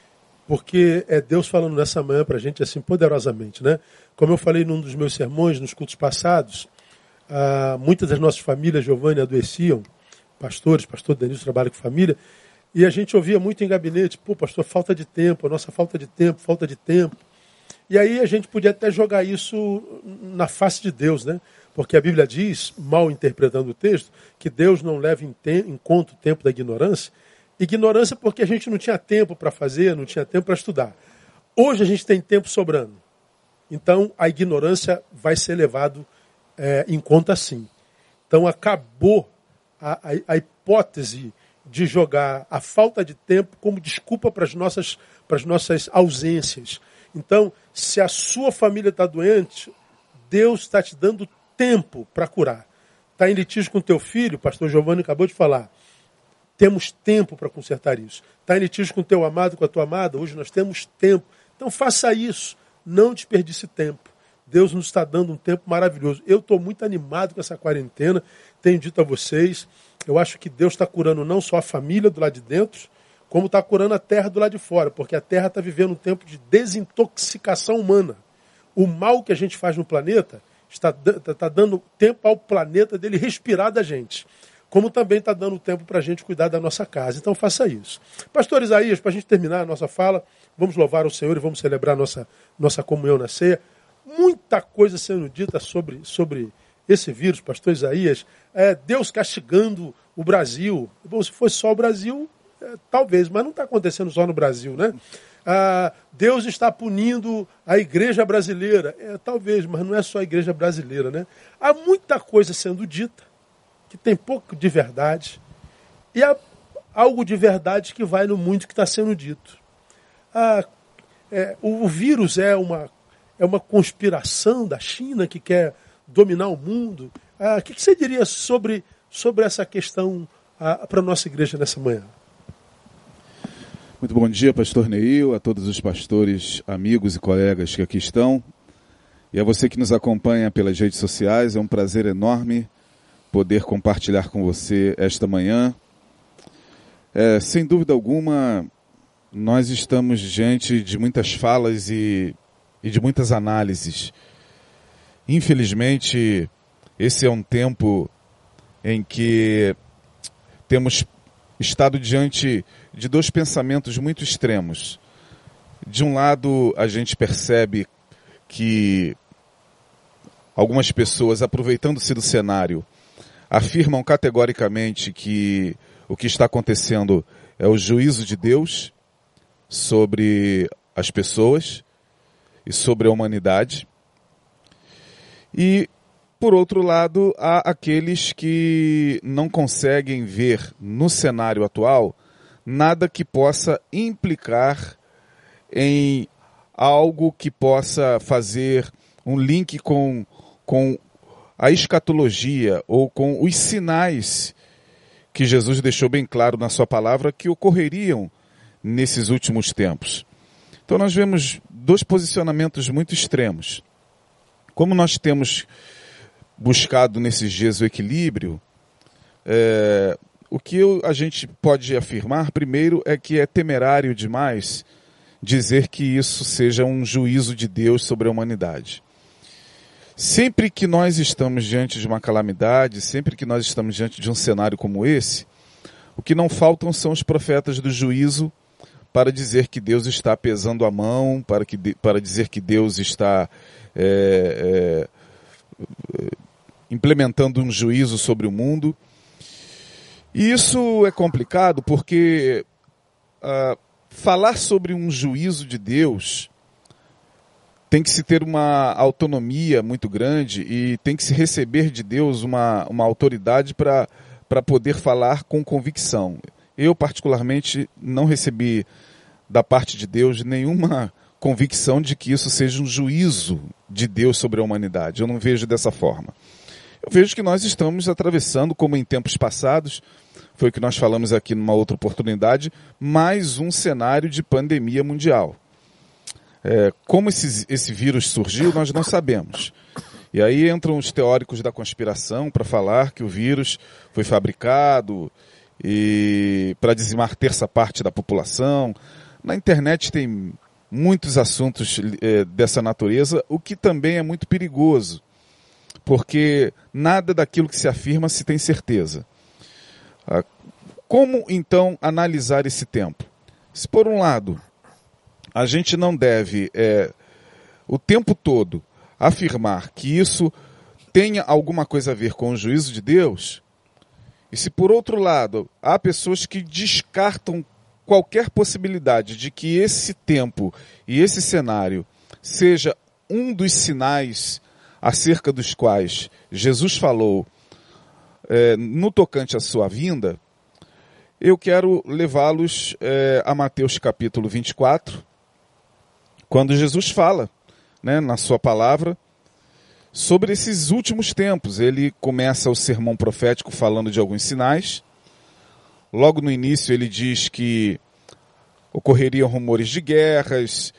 Porque é Deus falando nessa manhã para a gente assim poderosamente, né? Como eu falei num dos meus sermões, nos cultos passados, muitas das nossas famílias, Giovanni, adoeciam, pastor Denilson trabalha com família, e a gente ouvia muito em gabinete, pô, pastor, falta de tempo, a nossa falta de tempo. E aí a gente podia até jogar isso na face de Deus, né? Porque a Bíblia diz, mal interpretando o texto, que Deus não leva em conta o tempo da ignorância. Ignorância porque a gente não tinha tempo para fazer, não tinha tempo para estudar. Hoje a gente tem tempo sobrando. Então a ignorância vai ser levada em conta sim. Então acabou a hipótese de jogar a falta de tempo como desculpa para as nossas ausências. Então, se a sua família está doente, Deus está te dando tempo para curar. Está em litígio com o teu filho, o pastor Giovanni acabou de falar. Temos tempo para consertar isso. Está em litígio com o teu amado, com a tua amada, hoje nós temos tempo. Então faça isso, não desperdice tempo. Deus nos está dando um tempo maravilhoso. Eu estou muito animado com essa quarentena, tenho dito a vocês, eu acho que Deus está curando não só a família do lado de dentro, como está curando a terra do lado de fora, porque a terra está vivendo um tempo de desintoxicação humana. O mal que a gente faz no planeta está dando tempo ao planeta dele respirar da gente, como também está dando tempo para a gente cuidar da nossa casa. Então faça isso. Pastor Isaías, para a gente terminar a nossa fala, vamos louvar o Senhor e vamos celebrar nossa comunhão na ceia. Muita coisa sendo dita sobre esse vírus, pastor Isaías. Deus castigando o Brasil. Bom, se fosse só o Brasil, talvez, mas não está acontecendo só no Brasil, né? Deus está punindo a igreja brasileira. Talvez, mas não é só a igreja brasileira, né? Há muita coisa sendo dita, que tem pouco de verdade, e há algo de verdade que vai no muito que está sendo dito. O vírus é uma conspiração da China que quer dominar o mundo. O que você diria sobre essa questão para a nossa igreja nessa manhã? Muito bom dia, pastor Neil, a todos os pastores, amigos e colegas que aqui estão. E a você que nos acompanha pelas redes sociais, é um prazer enorme poder compartilhar com você esta manhã. Sem dúvida alguma, nós estamos diante de muitas falas e de muitas análises. Infelizmente, esse é um tempo em que temos estado diante de dois pensamentos muito extremos. De um lado, a gente percebe que algumas pessoas, aproveitando-se do cenário, afirmam categoricamente que o que está acontecendo é o juízo de Deus sobre as pessoas e sobre a humanidade. E, por outro lado, há aqueles que não conseguem ver no cenário atual nada que possa implicar em algo que possa fazer um link com a escatologia ou com os sinais que Jesus deixou bem claro na sua palavra que ocorreriam nesses últimos tempos. Então nós vemos dois posicionamentos muito extremos. Como nós temos buscado nesses dias o equilíbrio, o que a gente pode afirmar, primeiro, é que é temerário demais dizer que isso seja um juízo de Deus sobre a humanidade. Sempre que nós estamos diante de uma calamidade, sempre que nós estamos diante de um cenário como esse, o que não faltam são os profetas do juízo para dizer que Deus está pesando a mão, para dizer que Deus está implementando um juízo sobre o mundo. E isso é complicado porque falar sobre um juízo de Deus tem que se ter uma autonomia muito grande e tem que se receber de Deus uma autoridade para poder falar com convicção. Eu, particularmente, não recebi da parte de Deus nenhuma convicção de que isso seja um juízo de Deus sobre a humanidade. Eu não vejo dessa forma. Eu vejo que nós estamos atravessando, como em tempos passados, foi o que nós falamos aqui numa outra oportunidade, mais um cenário de pandemia mundial. Como esse vírus surgiu, nós não sabemos. E aí entram os teóricos da conspiração para falar que o vírus foi fabricado e para dizimar terça parte da população. Na internet tem muitos assuntos dessa natureza, o que também é muito perigoso, porque nada daquilo que se afirma se tem certeza. Como, então, analisar esse tempo? Se, por um lado, a gente não deve, o tempo todo, afirmar que isso tenha alguma coisa a ver com o juízo de Deus, e se, por outro lado, há pessoas que descartam qualquer possibilidade de que esse tempo e esse cenário seja um dos sinais acerca dos quais Jesus falou no tocante à sua vinda, eu quero levá-los a Mateus capítulo 24, quando Jesus fala, na sua palavra, sobre esses últimos tempos. Ele começa o sermão profético falando de alguns sinais. Logo no início ele diz que ocorreriam rumores de guerras,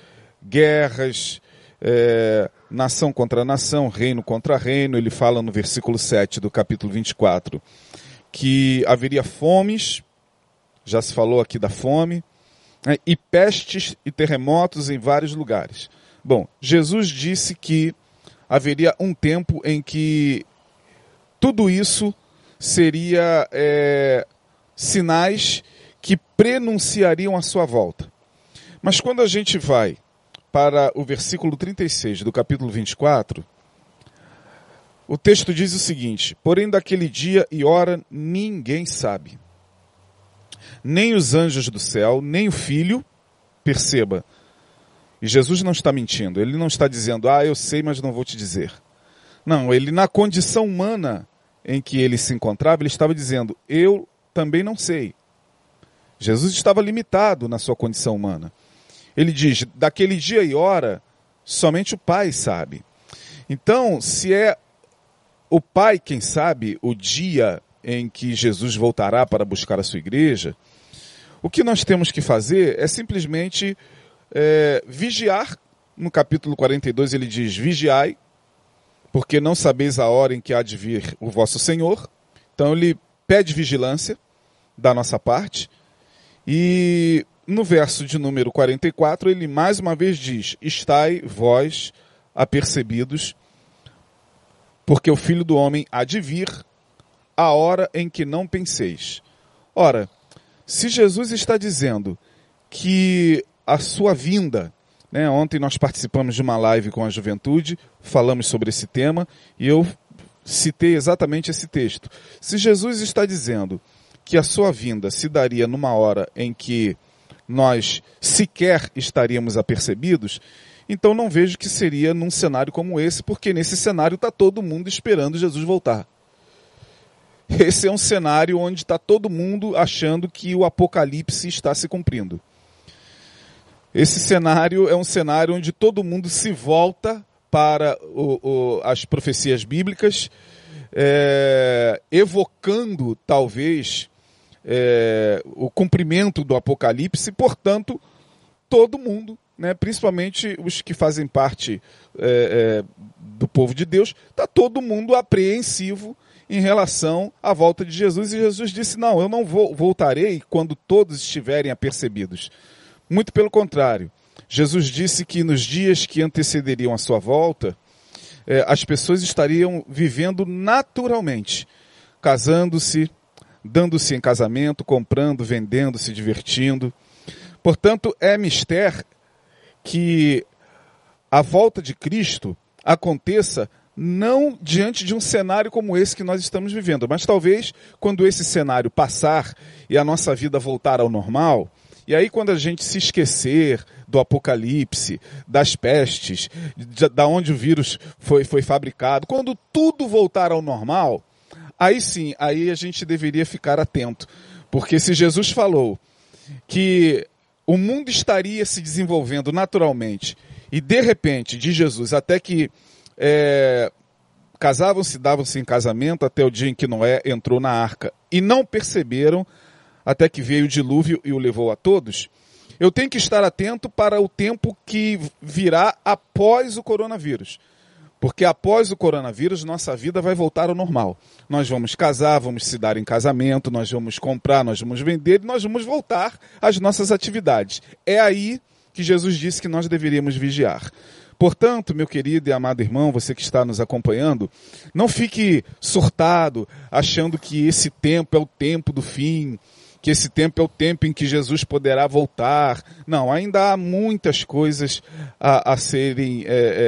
nação contra nação, reino contra reino. Ele fala no versículo 7 do capítulo 24 que haveria fomes, já se falou aqui da fome, e pestes e terremotos em vários lugares. Bom, Jesus disse que haveria um tempo em que tudo isso seria sinais que prenunciariam a sua volta. Mas quando a gente vai para o versículo 36 do capítulo 24, o texto diz o seguinte: porém daquele dia e hora ninguém sabe, nem os anjos do céu, nem o Filho. Perceba, e Jesus não está mentindo, ele não está dizendo, eu sei, mas não vou te dizer. Não, ele, na condição humana em que ele se encontrava, ele estava dizendo, eu também não sei. Jesus estava limitado na sua condição humana. Ele diz, daquele dia e hora, somente o Pai sabe. Então, se é o Pai quem sabe o dia em que Jesus voltará para buscar a sua igreja, o que nós temos que fazer é simplesmente vigiar. No capítulo 42 ele diz, vigiai, porque não sabeis a hora em que há de vir o vosso Senhor. Então ele pede vigilância da nossa parte. E no verso de número 44 ele mais uma vez diz, estai vós apercebidos, porque o Filho do Homem há de vir a hora em que não penseis. Ora, se Jesus está dizendo que a sua vinda, ontem nós participamos de uma live com a juventude, falamos sobre esse tema, e eu citei exatamente esse texto. Se Jesus está dizendo que a sua vinda se daria numa hora em que nós sequer estaríamos apercebidos, então não vejo que seria num cenário como esse, porque nesse cenário está todo mundo esperando Jesus voltar. Esse é um cenário onde está todo mundo achando que o Apocalipse está se cumprindo. Esse cenário é um cenário onde todo mundo se volta para as profecias bíblicas, evocando talvez o cumprimento do Apocalipse. Portanto, todo mundo, principalmente os que fazem parte do povo de Deus, está todo mundo apreensivo em relação à volta de Jesus. E Jesus disse, não, eu não voltarei quando todos estiverem apercebidos. Muito pelo contrário. Jesus disse que nos dias que antecederiam a sua volta, as pessoas estariam vivendo naturalmente, casando-se, dando-se em casamento, comprando, vendendo, se divertindo. Portanto, é mister que a volta de Cristo aconteça não diante de um cenário como esse que nós estamos vivendo, mas talvez quando esse cenário passar e a nossa vida voltar ao normal, e aí quando a gente se esquecer do Apocalipse, das pestes, da onde o vírus foi fabricado, quando tudo voltar ao normal, aí sim, aí a gente deveria ficar atento. Porque se Jesus falou que o mundo estaria se desenvolvendo naturalmente e de repente, de Jesus, até que casavam-se, davam-se em casamento até o dia em que Noé entrou na arca e não perceberam até que veio o dilúvio e o levou a todos, eu tenho que estar atento para o tempo que virá após o coronavírus. Porque após o coronavírus, nossa vida vai voltar ao normal. Nós vamos casar, vamos se dar em casamento, nós vamos comprar, nós vamos vender, nós vamos voltar às nossas atividades. É aí que Jesus disse que nós deveríamos vigiar. Portanto, meu querido e amado irmão, você que está nos acompanhando, não fique surtado, achando que esse tempo é o tempo do fim, que esse tempo é o tempo em que Jesus poderá voltar. Não, ainda há muitas coisas a serem...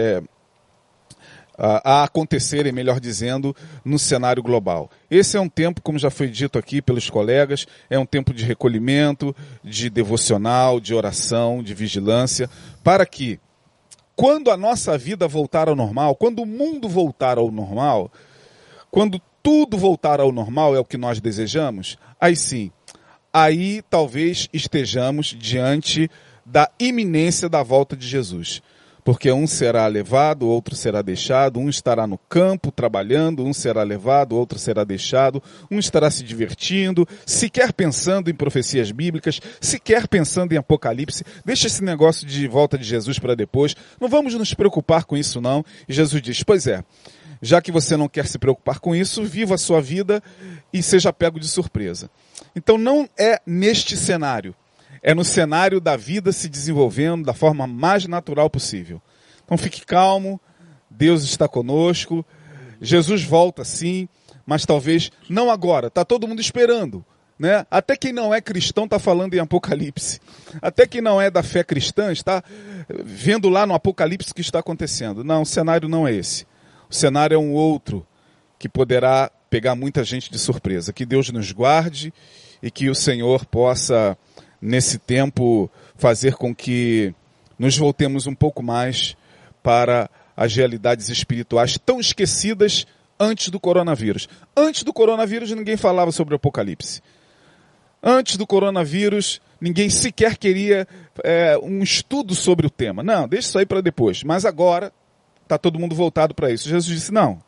a acontecerem, melhor dizendo, no cenário global. Esse é um tempo, como já foi dito aqui pelos colegas, é um tempo de recolhimento, de devocional, de oração, de vigilância, para que, quando a nossa vida voltar ao normal, quando o mundo voltar ao normal, quando tudo voltar ao normal, é o que nós desejamos, aí sim, aí talvez estejamos diante da iminência da volta de Jesus. Porque um será levado, outro será deixado, um estará no campo trabalhando, um será levado, outro será deixado, um estará se divertindo, sequer pensando em profecias bíblicas, sequer pensando em Apocalipse. Deixa esse negócio de volta de Jesus para depois, não vamos nos preocupar com isso não. E Jesus diz, pois é, já que você não quer se preocupar com isso, viva a sua vida e seja pego de surpresa. Então não é neste cenário. É no cenário da vida se desenvolvendo da forma mais natural possível. Então fique calmo, Deus está conosco, Jesus volta sim, mas talvez não agora, está todo mundo esperando. Né? Até quem não é cristão está falando em Apocalipse. Até quem não é da fé cristã está vendo lá no Apocalipse o que está acontecendo. Não, o cenário não é esse. O cenário é um outro que poderá pegar muita gente de surpresa. Que Deus nos guarde e que o Senhor possa... nesse tempo, fazer com que nos voltemos um pouco mais para as realidades espirituais tão esquecidas antes do coronavírus. Antes do coronavírus, ninguém falava sobre o Apocalipse. Antes do coronavírus, ninguém sequer queria um estudo sobre o tema. Não, deixa isso aí para depois. Mas agora, está todo mundo voltado para isso. Jesus disse, não,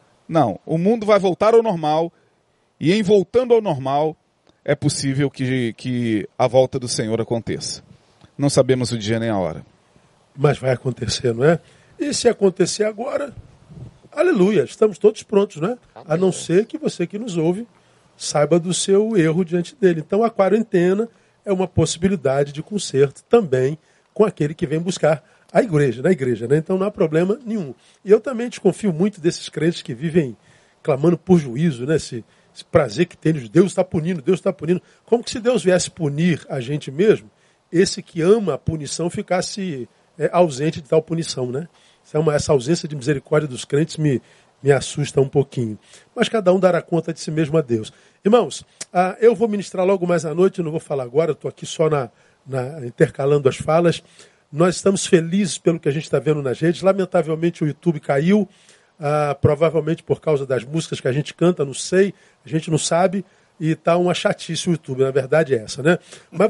o mundo vai voltar ao normal, e em voltando ao normal, é possível que a volta do Senhor aconteça. Não sabemos o dia nem a hora. Mas vai acontecer, não é? E se acontecer agora, aleluia, estamos todos prontos, não é? A não ser que você que nos ouve saiba do seu erro diante dele. Então a quarentena é uma possibilidade de conserto também com aquele que vem buscar a igreja, na igreja, né? Então não há problema nenhum. E eu também desconfio muito desses crentes que vivem clamando por juízo, né? Esse prazer que tem, Deus está punindo, Deus está punindo. Como que se Deus viesse punir a gente mesmo, esse que ama a punição ficasse ausente de tal punição, né? Essa ausência de misericórdia dos crentes me assusta um pouquinho. Mas cada um dará conta de si mesmo a Deus. Irmãos, eu vou ministrar logo mais à noite, não vou falar agora, estou aqui só intercalando as falas. Nós estamos felizes pelo que a gente está vendo nas redes. Lamentavelmente o YouTube caiu, provavelmente por causa das músicas que a gente canta, não sei, a gente não sabe, e está uma chatice o YouTube, na verdade é essa, né? Mas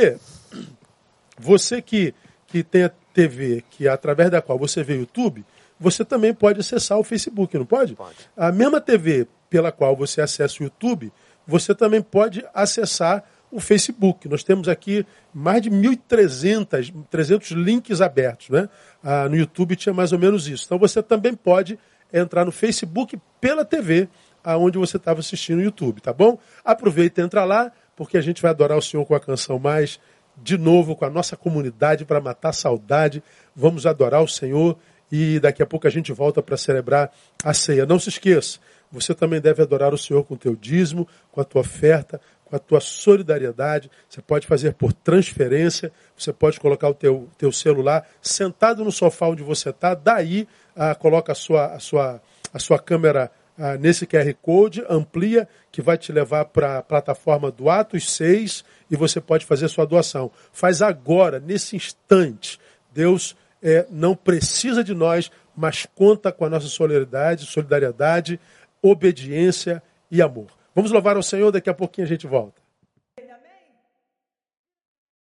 você que tem a TV, que através da qual você vê o YouTube, você também pode acessar o Facebook, não pode? Pode. A mesma TV pela qual você acessa o YouTube, você também pode acessar o Facebook. Nós temos aqui mais de 1.300 links abertos, né? No YouTube tinha mais ou menos isso. Então você também pode entrar no Facebook pela TV, aonde você estava assistindo o YouTube, tá bom? Aproveita e entra lá, porque a gente vai adorar o Senhor com a canção mais, de novo, com a nossa comunidade, para matar a saudade. Vamos adorar o Senhor e daqui a pouco a gente volta para celebrar a ceia. Não se esqueça, você também deve adorar o Senhor com o teu dízimo, com a tua oferta, com a tua solidariedade. Você pode fazer por transferência, você pode colocar o teu celular sentado no sofá onde você está, daí coloca a sua câmera nesse QR Code, amplia, que vai te levar para a plataforma do Atos 6 e você pode fazer a sua doação. Faz agora, nesse instante. Deus não precisa de nós, mas conta com a nossa solidariedade, obediência e amor. Vamos louvar ao Senhor, daqui a pouquinho a gente volta.